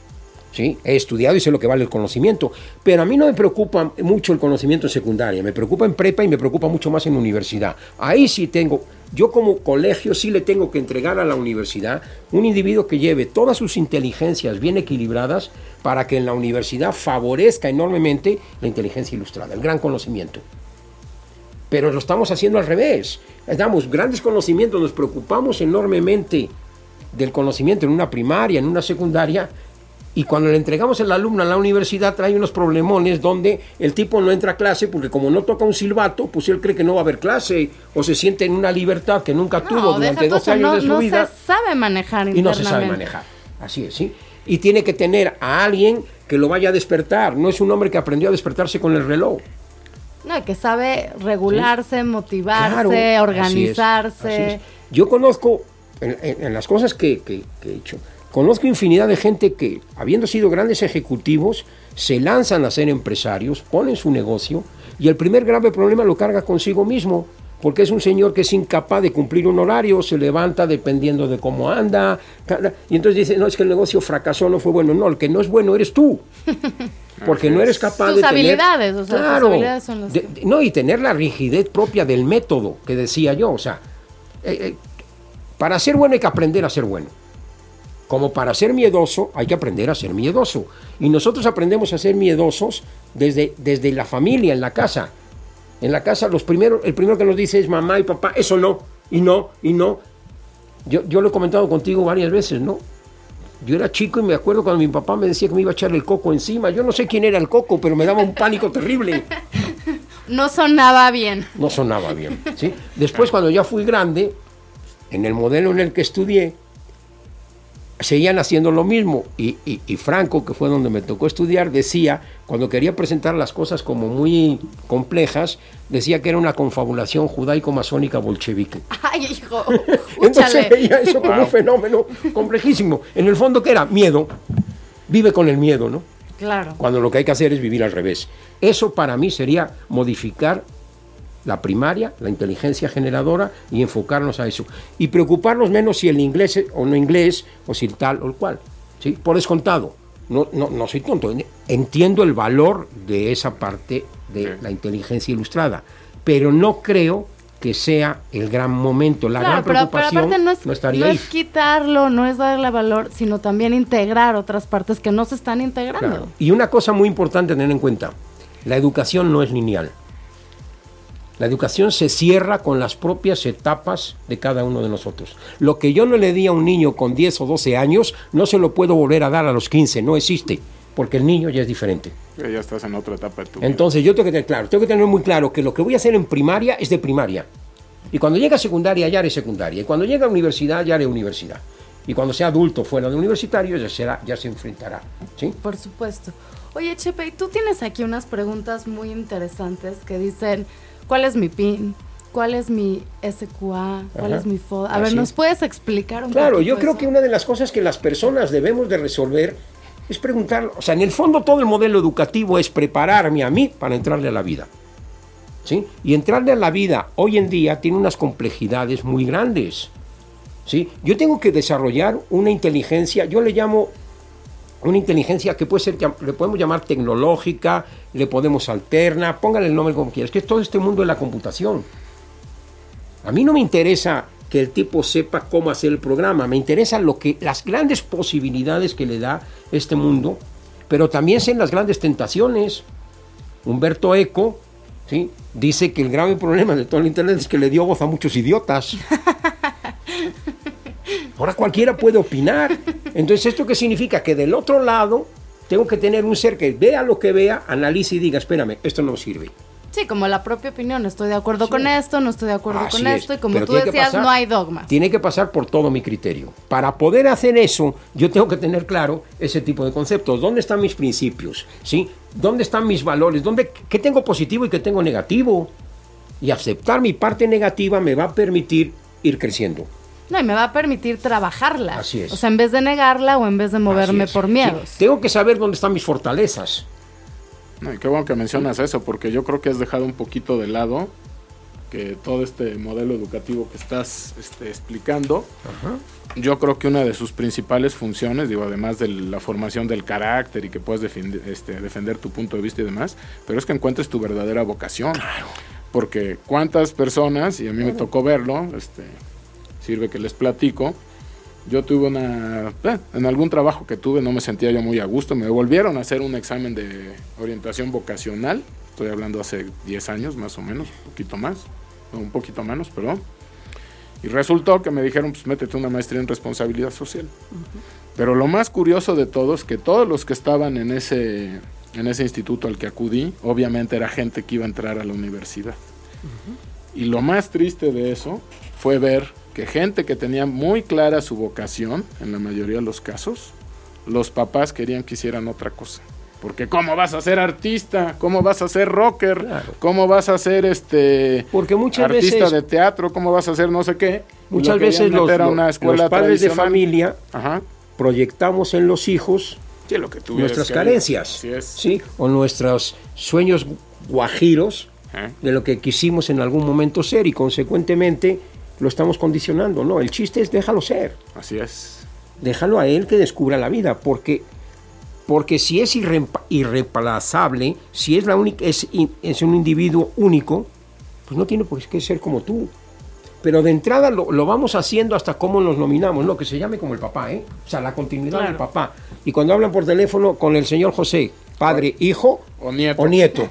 ¿sí? He estudiado y sé lo que vale el conocimiento, pero a mí no me preocupa mucho el conocimiento en secundaria, me preocupa en prepa y me preocupa mucho más en universidad. Ahí sí yo como colegio sí le tengo que entregar a la universidad un individuo que lleve todas sus inteligencias bien equilibradas para que en la universidad favorezca enormemente la inteligencia ilustrada, el gran conocimiento. Pero lo estamos haciendo al revés. Damos grandes conocimientos, nos preocupamos enormemente del conocimiento en una primaria, en una secundaria, y cuando le entregamos al alumno a la universidad trae unos problemones donde el tipo no entra a clase porque como no toca un silbato, pues él cree que no va a haber clase o se siente en una libertad que nunca tuvo durante 12 años de su vida. No se sabe manejar internamente. Y no se sabe manejar. Así es, ¿sí? Y tiene que tener a alguien que lo vaya a despertar. No es un hombre que aprendió a despertarse con el reloj. No, que sabe regularse, motivarse, Claro, organizarse. así es. Yo conozco, en las cosas que he hecho, conozco infinidad de gente que, habiendo sido grandes ejecutivos, se lanzan a ser empresarios, ponen su negocio, y el primer grave problema lo carga consigo mismo, porque es un señor que es incapaz de cumplir un horario, se levanta dependiendo de cómo anda, y entonces dice, no, es que el negocio fracasó, no fue bueno. No, el que no es bueno eres tú. Porque no eres capaz tus de habilidades, tener... o sea, claro, tus habilidades son las no, y tener la rigidez propia del método, que decía yo, o sea, para ser bueno hay que aprender a ser bueno. Como para ser miedoso hay que aprender a ser miedoso. Y nosotros aprendemos a ser miedosos desde la familia, en la casa. En la casa el primero que nos dice es mamá y papá, eso no, y no, y no. Yo lo he comentado contigo varias veces, ¿no? Yo era chico y me acuerdo cuando mi papá me decía que me iba a echar el coco encima. Yo no sé quién era el coco, pero me daba un pánico terrible. No sonaba bien. No sonaba bien, ¿sí? Después, cuando ya fui grande, en el modelo en el que estudié, seguían haciendo lo mismo. Y Franco, que fue donde me tocó estudiar, decía, cuando quería presentar las cosas como muy complejas, decía que era una confabulación judaico-masónica bolchevique. Ay, hijo, Entonces veía eso como un fenómeno complejísimo. En el fondo, ¿qué era? Miedo. Vive con el miedo, ¿no? Claro. Cuando lo que hay que hacer es vivir al revés. Eso para mí sería modificar la primaria, la inteligencia generadora, y enfocarnos a eso. Y preocuparnos menos si el inglés o no inglés, o si tal o el cual. ¿Sí? Por descontado. No soy tonto. Entiendo el valor de esa parte de la inteligencia ilustrada. Pero no creo que sea el gran momento. La gran preocupación pero aparte no estaría ahí. No es quitarlo, no es darle valor, sino también integrar otras partes que no se están integrando. Claro. Y una cosa muy importante a tener en cuenta, la educación no es lineal. La educación se cierra con las propias etapas de cada uno de nosotros. Lo que yo no le di a un niño con 10 o 12 años, no se lo puedo volver a dar a los 15, no existe, porque el niño ya es diferente. Ya estás en otra etapa de tu vida. Entonces yo tengo que tener muy claro que lo que voy a hacer en primaria es de primaria. Y cuando llega a secundaria ya haré secundaria. Y cuando llega a universidad ya haré universidad. Y cuando sea adulto fuera de universitario ya se enfrentará. ¿Sí? Por supuesto. Oye, Chepe, y tú tienes aquí unas preguntas muy interesantes que dicen, ¿cuál es mi PIN? ¿Cuál es mi SQA? ¿Cuál es mi FOD? A ver, ¿nos puedes explicar un poco? Claro, yo creo que una de las cosas que las personas debemos de resolver es preguntar, o sea, en el fondo todo el modelo educativo es prepararme a mí para entrarle a la vida. ¿Sí? Y entrarle a la vida hoy en día tiene unas complejidades muy grandes. ¿Sí? Yo tengo que desarrollar una inteligencia, yo le llamo una inteligencia que puede ser, le podemos llamar tecnológica, le podemos alterna, póngale el nombre como quieras, que es todo este mundo de la computación. A mí no me interesa que el tipo sepa cómo hacer el programa, me interesa las grandes posibilidades que le da este mundo, pero también sé las grandes tentaciones. Humberto Eco, ¿sí?, dice que el grave problema de todo el internet es que le dio voz a muchos idiotas. Ahora cualquiera puede opinar. Entonces, ¿esto qué significa? Que del otro lado tengo que tener un ser que vea lo que vea, analice y diga, espérame, esto no sirve. Sí, como la propia opinión, estoy de acuerdo con esto, no estoy de acuerdo con es. esto, y como Pero tú decías, no hay dogmas. Tiene que pasar por todo mi criterio. Para poder hacer eso, yo tengo que tener claro ese tipo de conceptos. ¿Dónde están mis principios? ¿Sí? ¿Dónde están mis valores? ¿Qué tengo positivo y qué tengo negativo? Y aceptar mi parte negativa me va a permitir ir creciendo. No, y me va a permitir trabajarla. Así es. O sea, en vez de negarla o en vez de moverme por miedos. Sí, tengo que saber dónde están mis fortalezas. No, y qué bueno que mencionas eso, porque yo creo que has dejado un poquito de lado que todo este modelo educativo que estás explicando, yo creo que una de sus principales funciones, digo, además de la formación del carácter y que puedas defender tu punto de vista y demás, pero es que encuentres tu verdadera vocación. Claro. Porque cuántas personas, y a mí me tocó verlo, sirve que les platico, yo tuve en algún trabajo que tuve no me sentía yo muy a gusto, me volvieron a hacer un examen de orientación vocacional, estoy hablando hace 10 años más o menos, un poquito menos, perdón, y resultó que me dijeron, pues métete una maestría en responsabilidad social. Pero lo más curioso de todo es que todos los que estaban en ese instituto al que acudí, obviamente era gente que iba a entrar a la universidad. Y lo más triste de eso fue ver que gente que tenía muy clara su vocación, en la mayoría de los casos, los papás querían que hicieran otra cosa. Porque ¿cómo vas a ser artista? ¿Cómo vas a ser rocker? Claro. ¿Cómo vas a ser Porque muchas artista veces, de teatro? ¿Cómo vas a ser no sé qué? Muchas veces los padres de familia proyectamos en los hijos nuestras carencias, ¿sí? O nuestros sueños guajiros de lo que quisimos en algún momento ser, y consecuentemente lo estamos condicionando. No, el chiste es déjalo ser. Así es. Déjalo a él que descubra la vida, porque si es irreemplazable, si es es un individuo único, pues no tiene por qué ser como tú. Pero de entrada lo vamos haciendo hasta cómo nos nominamos, ¿no? Que se llame como el papá, ¿eh? O sea, la continuidad del papá. Y cuando hablan por teléfono con el señor José, padre, hijo o nieto.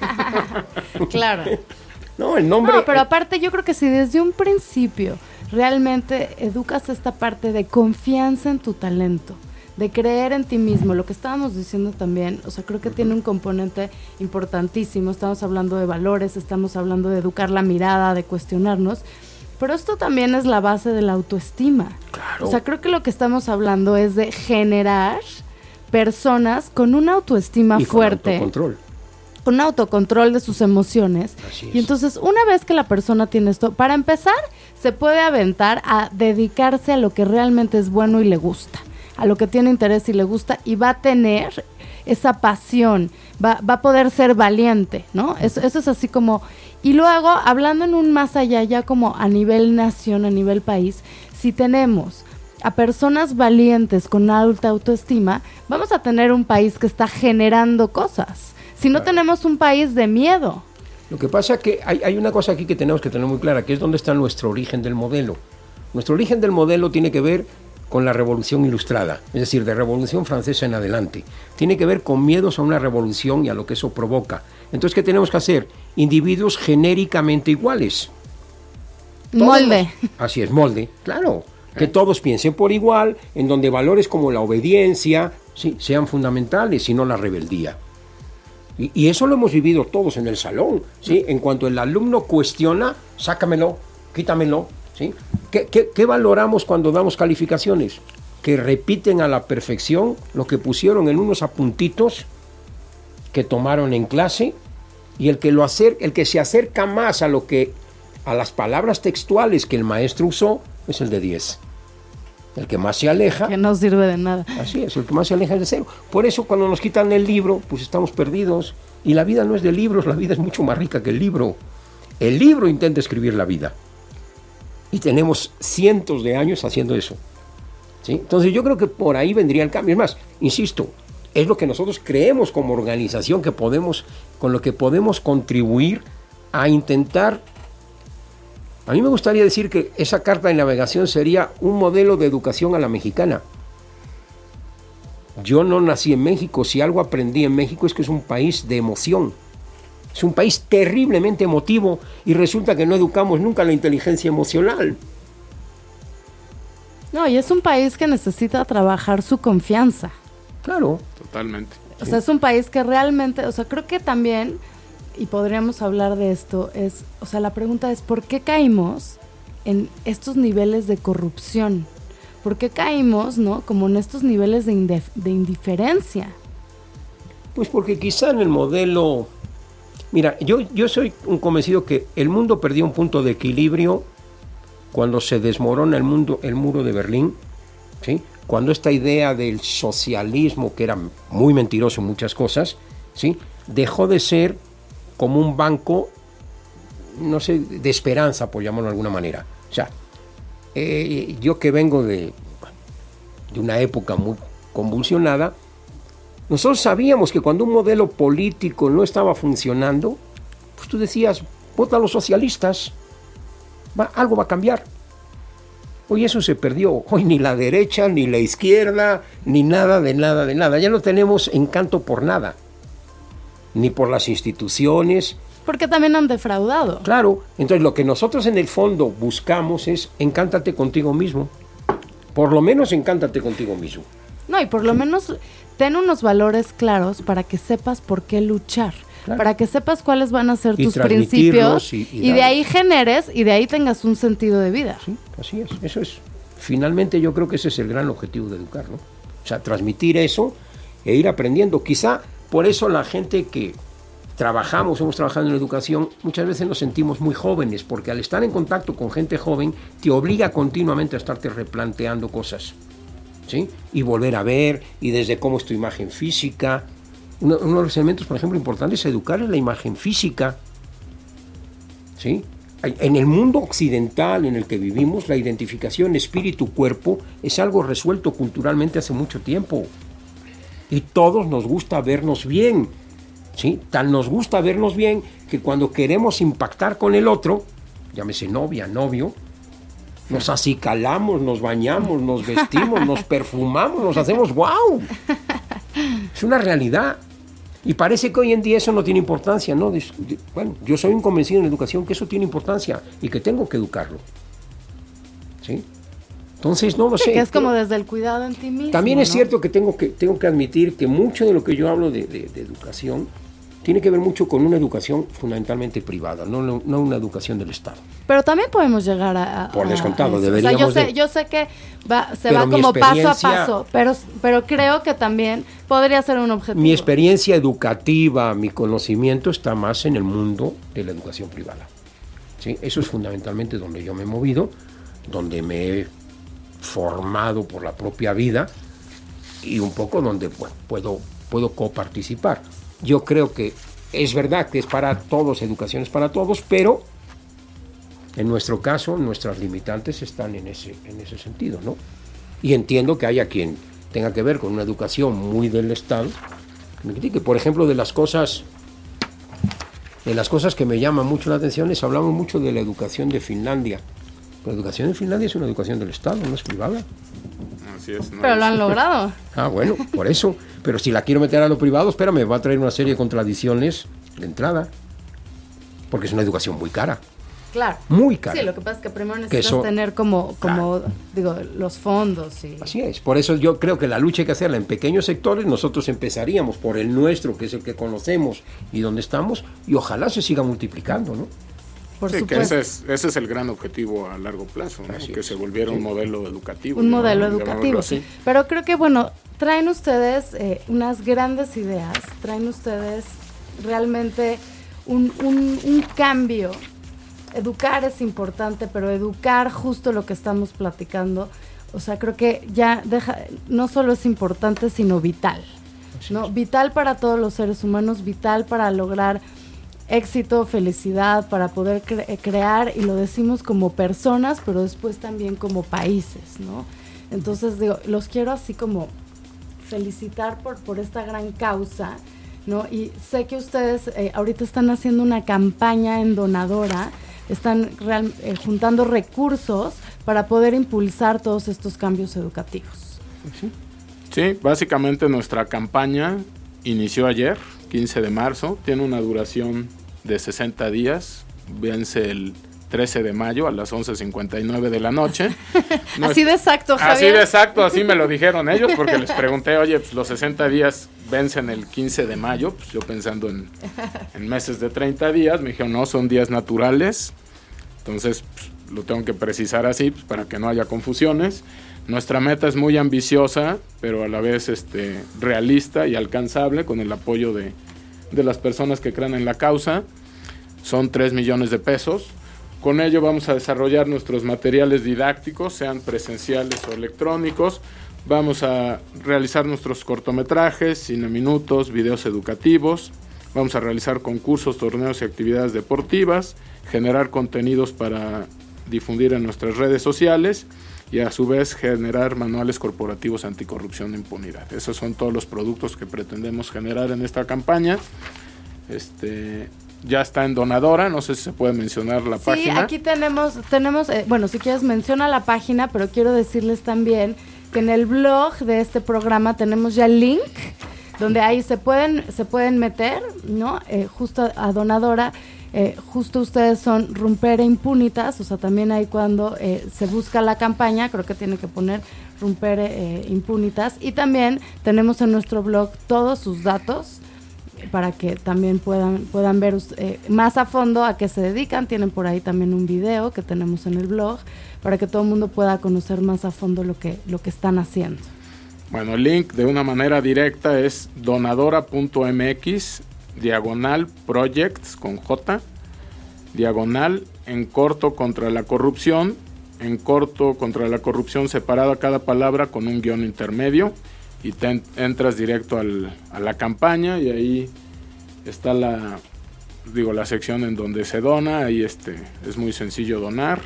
Claro. No, el nombre... No, pero aparte yo creo que si desde un principio realmente educas esta parte de confianza en tu talento, de creer en ti mismo, lo que estábamos diciendo también, o sea, creo que tiene un componente importantísimo. Estamos hablando de valores, estamos hablando de educar la mirada, de cuestionarnos, pero esto también es la base de la autoestima. Claro. O sea, creo que lo que estamos hablando es de generar personas con una autoestima fuerte, con un autocontrol de sus emociones. Y entonces, una vez que la persona tiene esto, para empezar, se puede aventar a dedicarse a lo que realmente es bueno y le gusta, a lo que tiene interés y le gusta, y va a tener esa pasión, va a poder ser valiente, ¿no? Eso es así como... Y luego, hablando en un más allá, ya como a nivel nación, a nivel país, si tenemos a personas valientes con alta autoestima, vamos a tener un país que está generando cosas. Si no tenemos un país de miedo. Lo que pasa es que hay una cosa aquí que tenemos que tener muy clara, que es dónde está nuestro origen del modelo. Nuestro origen del modelo tiene que ver con la Revolución Ilustrada, es decir, de Revolución Francesa en adelante. Tiene que ver con miedos a una revolución y a lo que eso provoca. Entonces, ¿qué tenemos que hacer? Individuos genéricamente iguales. Molde. Así es, molde, claro. Que todos piensen por igual, en donde valores como la obediencia, sí, sean fundamentales y no la rebeldía. Y eso lo hemos vivido todos en el salón, ¿sí? En cuanto el alumno cuestiona, sácamelo, quítamelo, ¿sí? ¿Qué valoramos cuando damos calificaciones? Que repiten a la perfección lo que pusieron en unos apuntitos que tomaron en clase, y el que se acerca más a las palabras textuales que el maestro usó es el de 10. El que más se aleja... Que no sirve de nada. Así es, el que más se aleja es de 0. Por eso cuando nos quitan el libro, pues estamos perdidos. Y la vida no es de libros, la vida es mucho más rica que el libro. El libro intenta escribir la vida. Y tenemos cientos de años haciendo eso, ¿sí? Entonces yo creo que por ahí vendría el cambio. Es más, insisto, es lo que nosotros creemos como organización que con lo que podemos contribuir a intentar... A mí me gustaría decir que esa carta de navegación sería un modelo de educación a la mexicana. Yo no nací en México, si algo aprendí en México es que es un país de emoción. Es un país terriblemente emotivo y resulta que no educamos nunca la inteligencia emocional. No, y es un país que necesita trabajar su confianza. Claro. Totalmente. O sea, es un país que realmente, o sea, creo que también... y podríamos hablar de esto, o sea, la pregunta es, ¿por qué caímos en estos niveles de corrupción? ¿Por qué caímos, no, como en estos niveles de indiferencia? Pues porque quizá en el modelo... Mira, yo soy un convencido que el mundo perdió un punto de equilibrio cuando se desmorona el muro de Berlín, ¿sí? Cuando esta idea del socialismo, que era muy mentiroso en muchas cosas, ¿sí? Dejó de ser como un banco, no sé, de esperanza, por llamarlo de alguna manera. O sea, yo que vengo de una época muy convulsionada, nosotros sabíamos que cuando un modelo político no estaba funcionando, pues tú decías, vota a los socialistas, algo va a cambiar. Hoy eso se perdió. Hoy ni la derecha, ni la izquierda, ni nada de nada de nada. Ya no tenemos encanto por nada. Ni por las instituciones. Porque también han defraudado. Claro, entonces lo que nosotros en el fondo buscamos es encántate contigo mismo. Por lo menos encántate contigo mismo. No, y por lo menos ten unos valores claros para que sepas por qué luchar. Claro. para que sepas cuáles van a ser Y tus transmitirlos principios y de ahí generes y de ahí tengas un sentido de vida. Sí, así es, eso es. Finalmente yo creo que ese es el gran objetivo de educar, ¿no? O sea, transmitir eso e ir aprendiendo. Quizá por eso la gente que hemos trabajado en la educación, muchas veces nos sentimos muy jóvenes, porque al estar en contacto con gente joven, te obliga continuamente a estarte replanteando cosas, ¿sí? Y volver a ver, y desde cómo es tu imagen física. Uno de los elementos, por ejemplo, importantes es educar en la imagen física, ¿sí? En el mundo occidental en el que vivimos, la identificación espíritu-cuerpo es algo resuelto culturalmente hace mucho tiempo. Y todos nos gusta vernos bien, ¿sí? Tan nos gusta vernos bien que cuando queremos impactar con el otro, llámese novia, novio, nos acicalamos, nos bañamos, nos vestimos, nos perfumamos, nos hacemos ¡guau! Es una realidad. Y parece que hoy en día eso no tiene importancia, ¿no? Bueno, yo soy un convencido en la educación que eso tiene importancia y que tengo que educarlo, ¿sí? Entonces, no lo sé. Que es como desde el cuidado en ti mismo. También es ¿no? cierto que tengo que admitir que mucho de lo que yo hablo de educación tiene que ver mucho con una educación fundamentalmente privada, no una educación del Estado. Pero también podemos llegar a por descontado, eso. deberíamos. O sea, yo sé que se Pero va como paso a experiencia- paso, pero creo que también podría ser un objetivo. Mi experiencia educativa, mi conocimiento está más en el mundo de la educación privada, ¿sí? Eso es fundamentalmente donde yo me he movido, donde me he formado por la propia vida y un poco donde puedo coparticipar. Yo creo que es verdad que es para todos, educación es para todos, pero en nuestro caso nuestras limitantes están en ese sentido, ¿no? Y entiendo que haya quien tenga que ver con una educación muy del Estado, que me critique. Por ejemplo, de las cosas que me llaman mucho la atención es, hablamos mucho de la educación de Finlandia. La educación en Finlandia es una educación del Estado, no es privada. Así es. ¿no? Pero lo han logrado. Ah, bueno, por eso. Pero si la quiero meter a lo privado, espérame, va a traer una serie de contradicciones de entrada. Porque es una educación muy cara. Claro. Muy cara. Sí, lo que pasa es que primero Que necesitas eso- tener como Claro. digo, los fondos y... Así es. Por eso yo creo que la lucha hay que hacerla en pequeños sectores. Nosotros empezaríamos por el nuestro, que es el que conocemos y donde estamos, y ojalá se siga multiplicando, ¿no? Por Sí, que supuesto. ese es el gran objetivo a largo plazo, ¿no? Así Que es. se volviera un modelo educativo. Un ¿no? modelo Llamémoslo educativo. así. Pero creo que, bueno, traen ustedes unas grandes ideas, traen ustedes realmente un cambio. Educar es importante, pero educar justo lo que estamos platicando, o sea, creo que ya no solo es importante, sino vital, ¿no? Vital para todos los seres humanos, vital para lograr éxito, felicidad, para poder crear, y lo decimos como personas, pero después también como países, ¿no? Entonces, digo, los quiero así como felicitar por esta gran causa, ¿no? Y sé que ustedes ahorita están haciendo una campaña en Donadora, están juntando recursos para poder impulsar todos estos cambios educativos. Sí, básicamente nuestra campaña inició ayer, 15 de marzo, tiene una duración de 60 días, vence el 13 de mayo a las 11:59 de la noche. Así de exacto, Javier. Así de exacto, así me lo dijeron ellos, porque les pregunté, oye, pues los 60 días vencen el 15 de mayo, pues yo pensando en meses de 30 días, me dijeron, no, son días naturales, entonces pues, lo tengo que precisar así, pues, para que no haya confusiones. Nuestra meta es muy ambiciosa, pero a la vez realista y alcanzable, con el apoyo de las personas que crean en la causa. Son 3 millones de pesos. Con ello vamos a desarrollar nuestros materiales didácticos, sean presenciales o electrónicos. Vamos a realizar nuestros cortometrajes, cineminutos, videos educativos. Vamos a realizar concursos, torneos y actividades deportivas, generar contenidos para difundir en nuestras redes sociales y a su vez generar manuales corporativos anticorrupción e impunidad. Esos son todos los productos que pretendemos generar en esta campaña. Ya está en Donadora, no sé si se puede mencionar la página. Sí, aquí tenemos bueno, si quieres menciona la página, pero quiero decirles también que en el blog de este programa tenemos ya el link donde ahí se pueden meter, ¿no? Justo a Donadora, justo ustedes son Rumpere Impunitas, o sea, también ahí cuando se busca la campaña, creo que tiene que poner Rumpere Impunitas, y también tenemos en nuestro blog todos sus datos para que también puedan ver más a fondo a qué se dedican. Tienen por ahí también un video que tenemos en el blog para que todo el mundo pueda conocer más a fondo lo que están haciendo. Bueno, el link de una manera directa es donadora.mx/projects con J, /en corto contra la corrupción, en corto contra la corrupción separada cada palabra con un guión intermedio, y entras directo a la campaña, y ahí está la sección en donde se dona. Ahí es muy sencillo donar.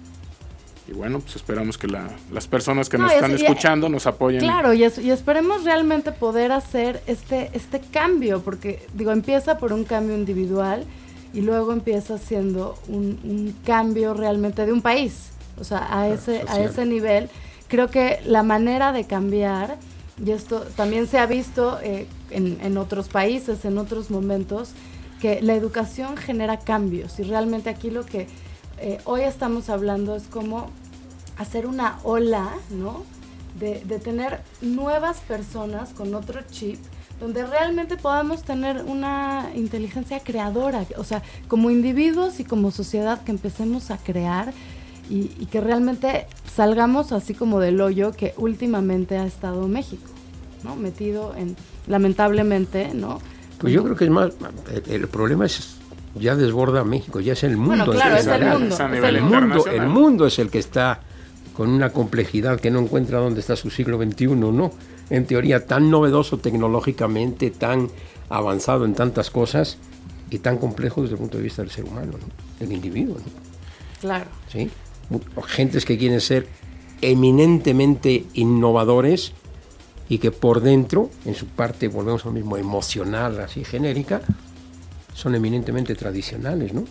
Y bueno, pues esperamos que las personas que nos están escuchando nos apoyen. Claro, y esperemos realmente poder hacer este cambio, porque empieza por un cambio individual y luego empieza siendo un cambio realmente de un país. O sea, a ese nivel, creo que la manera de cambiar, y esto también se ha visto en otros países, en otros momentos, que la educación genera cambios, y realmente aquí lo que hoy estamos hablando es como hacer una ola, ¿no? De tener nuevas personas con otro chip, donde realmente podamos tener una inteligencia creadora, o sea, como individuos y como sociedad, que empecemos a crear y que realmente salgamos así como del hoyo que últimamente ha estado México, ¿no? Metido lamentablemente, ¿no? Pues yo creo que es más, el problema ya desborda a México, ya es el mundo. Bueno, claro, es el mundo. El mundo es el que está con una complejidad que no encuentra dónde está su siglo XXI, ¿no? En teoría tan novedoso tecnológicamente, tan avanzado en tantas cosas y tan complejo desde el punto de vista del ser humano, ¿no? El individuo, ¿no? Claro. ¿Sí? Gentes que quieren ser eminentemente innovadores y que por dentro, en su parte, volvemos a lo mismo, emocional, así genérica, son eminentemente tradicionales, ¿no?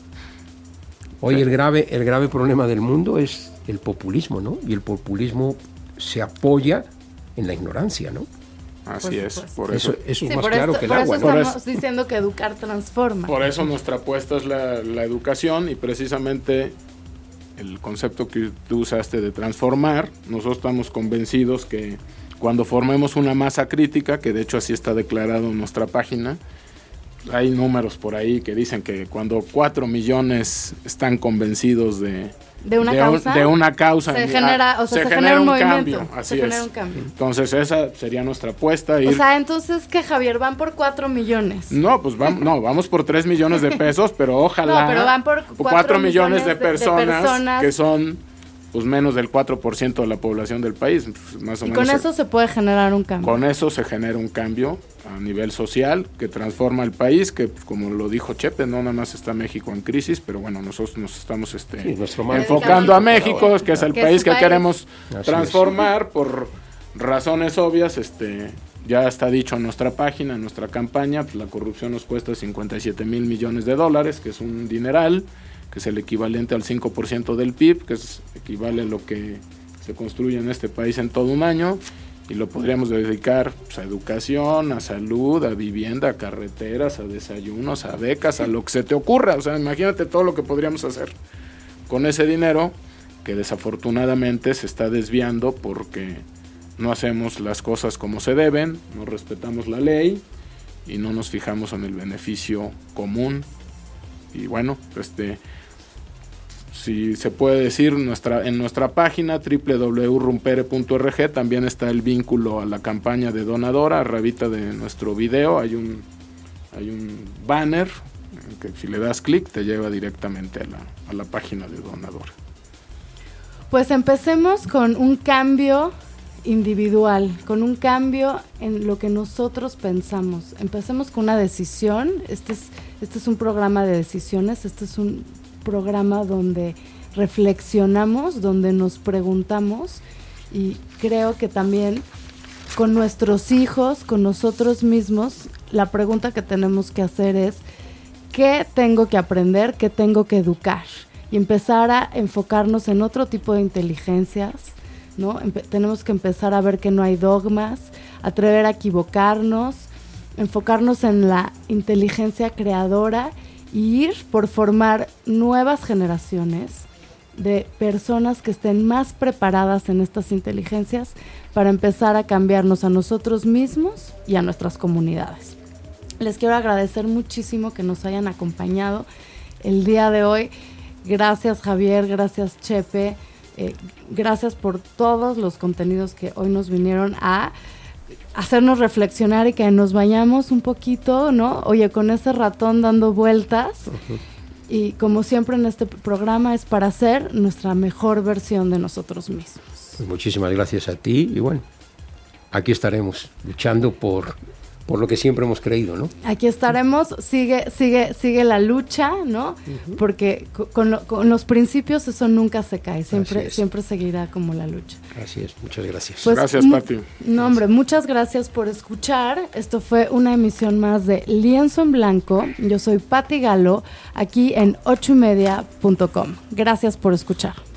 Hoy el grave problema del mundo es el populismo, ¿no? Y el populismo se apoya en la ignorancia, ¿no? Así es, por eso es más por claro que el agua, ¿no? Por eso ¿no? estamos diciendo que educar transforma. Por eso nuestra apuesta es la educación, y precisamente el concepto que tú usaste de transformar, nosotros estamos convencidos que cuando formemos una masa crítica, que de hecho así está declarado en nuestra página, hay números por ahí que dicen que cuando 4 millones están convencidos de una causa se genera un movimiento, cambio. Así es. Un cambio. Entonces esa sería nuestra apuesta. O sea, entonces que Javier, van por 4 millones. No, pues vamos por 3 millones de pesos, pero ojalá. No, pero van por 4 millones de personas que son pues menos del 4% de la población del país, pues, más o menos. Con eso se puede generar un cambio. Con eso se genera un cambio a nivel social que transforma el país, que pues, como lo dijo Chepe, no nada más está México en crisis, pero bueno, nosotros nos estamos enfocando a México, que es el país que queremos transformar por razones obvias. Ya está dicho en nuestra página, en nuestra campaña, pues la corrupción nos cuesta 57 mil millones de dólares, que es un dineral, que es el equivalente al 5% del PIB, que equivale a lo que se construye en este país en todo un año, y lo podríamos dedicar pues, a educación, a salud, a vivienda, a carreteras, a desayunos, a becas, a lo que se te ocurra. O sea, imagínate todo lo que podríamos hacer con ese dinero, que desafortunadamente se está desviando porque no hacemos las cosas como se deben, no respetamos la ley y no nos fijamos en el beneficio común. Y bueno, si se puede decir, en nuestra página www.rumpere.org también está el vínculo a la campaña de Donadora. Arribita de nuestro video hay un banner que si le das clic te lleva directamente a la página de Donadora. Pues empecemos con un cambio individual, con un cambio en lo que nosotros pensamos. Empecemos con una decisión. Este es un programa de decisiones, este es un programa donde reflexionamos, donde nos preguntamos, y creo que también con nuestros hijos, con nosotros mismos, la pregunta que tenemos que hacer es ¿qué tengo que aprender? ¿Qué tengo que educar? Y empezar a enfocarnos en otro tipo de inteligencias, ¿no? Tenemos que empezar a ver que no hay dogmas, atrever a equivocarnos, enfocarnos en la inteligencia creadora y ir por formar nuevas generaciones de personas que estén más preparadas en estas inteligencias para empezar a cambiarnos a nosotros mismos y a nuestras comunidades. Les quiero agradecer muchísimo que nos hayan acompañado el día de hoy. Gracias, Javier, gracias, Chepe. Gracias por todos los contenidos que hoy nos vinieron a hacernos reflexionar y que nos vayamos un poquito, ¿no? Oye, con ese ratón dando vueltas. Uh-huh. Y como siempre en este programa es para ser nuestra mejor versión de nosotros mismos. Pues muchísimas gracias a ti y bueno, aquí estaremos luchando por lo que siempre hemos creído, ¿no? Aquí estaremos, sigue la lucha, ¿no? Uh-huh. Porque con los principios eso nunca se cae, siempre seguirá como la lucha. Así es, muchas gracias. Pues, gracias, Pati. No, hombre, muchas gracias por escuchar. Esto fue una emisión más de Lienzo en Blanco. Yo soy Pati Galo, aquí en 8ymedia.com. Gracias por escuchar.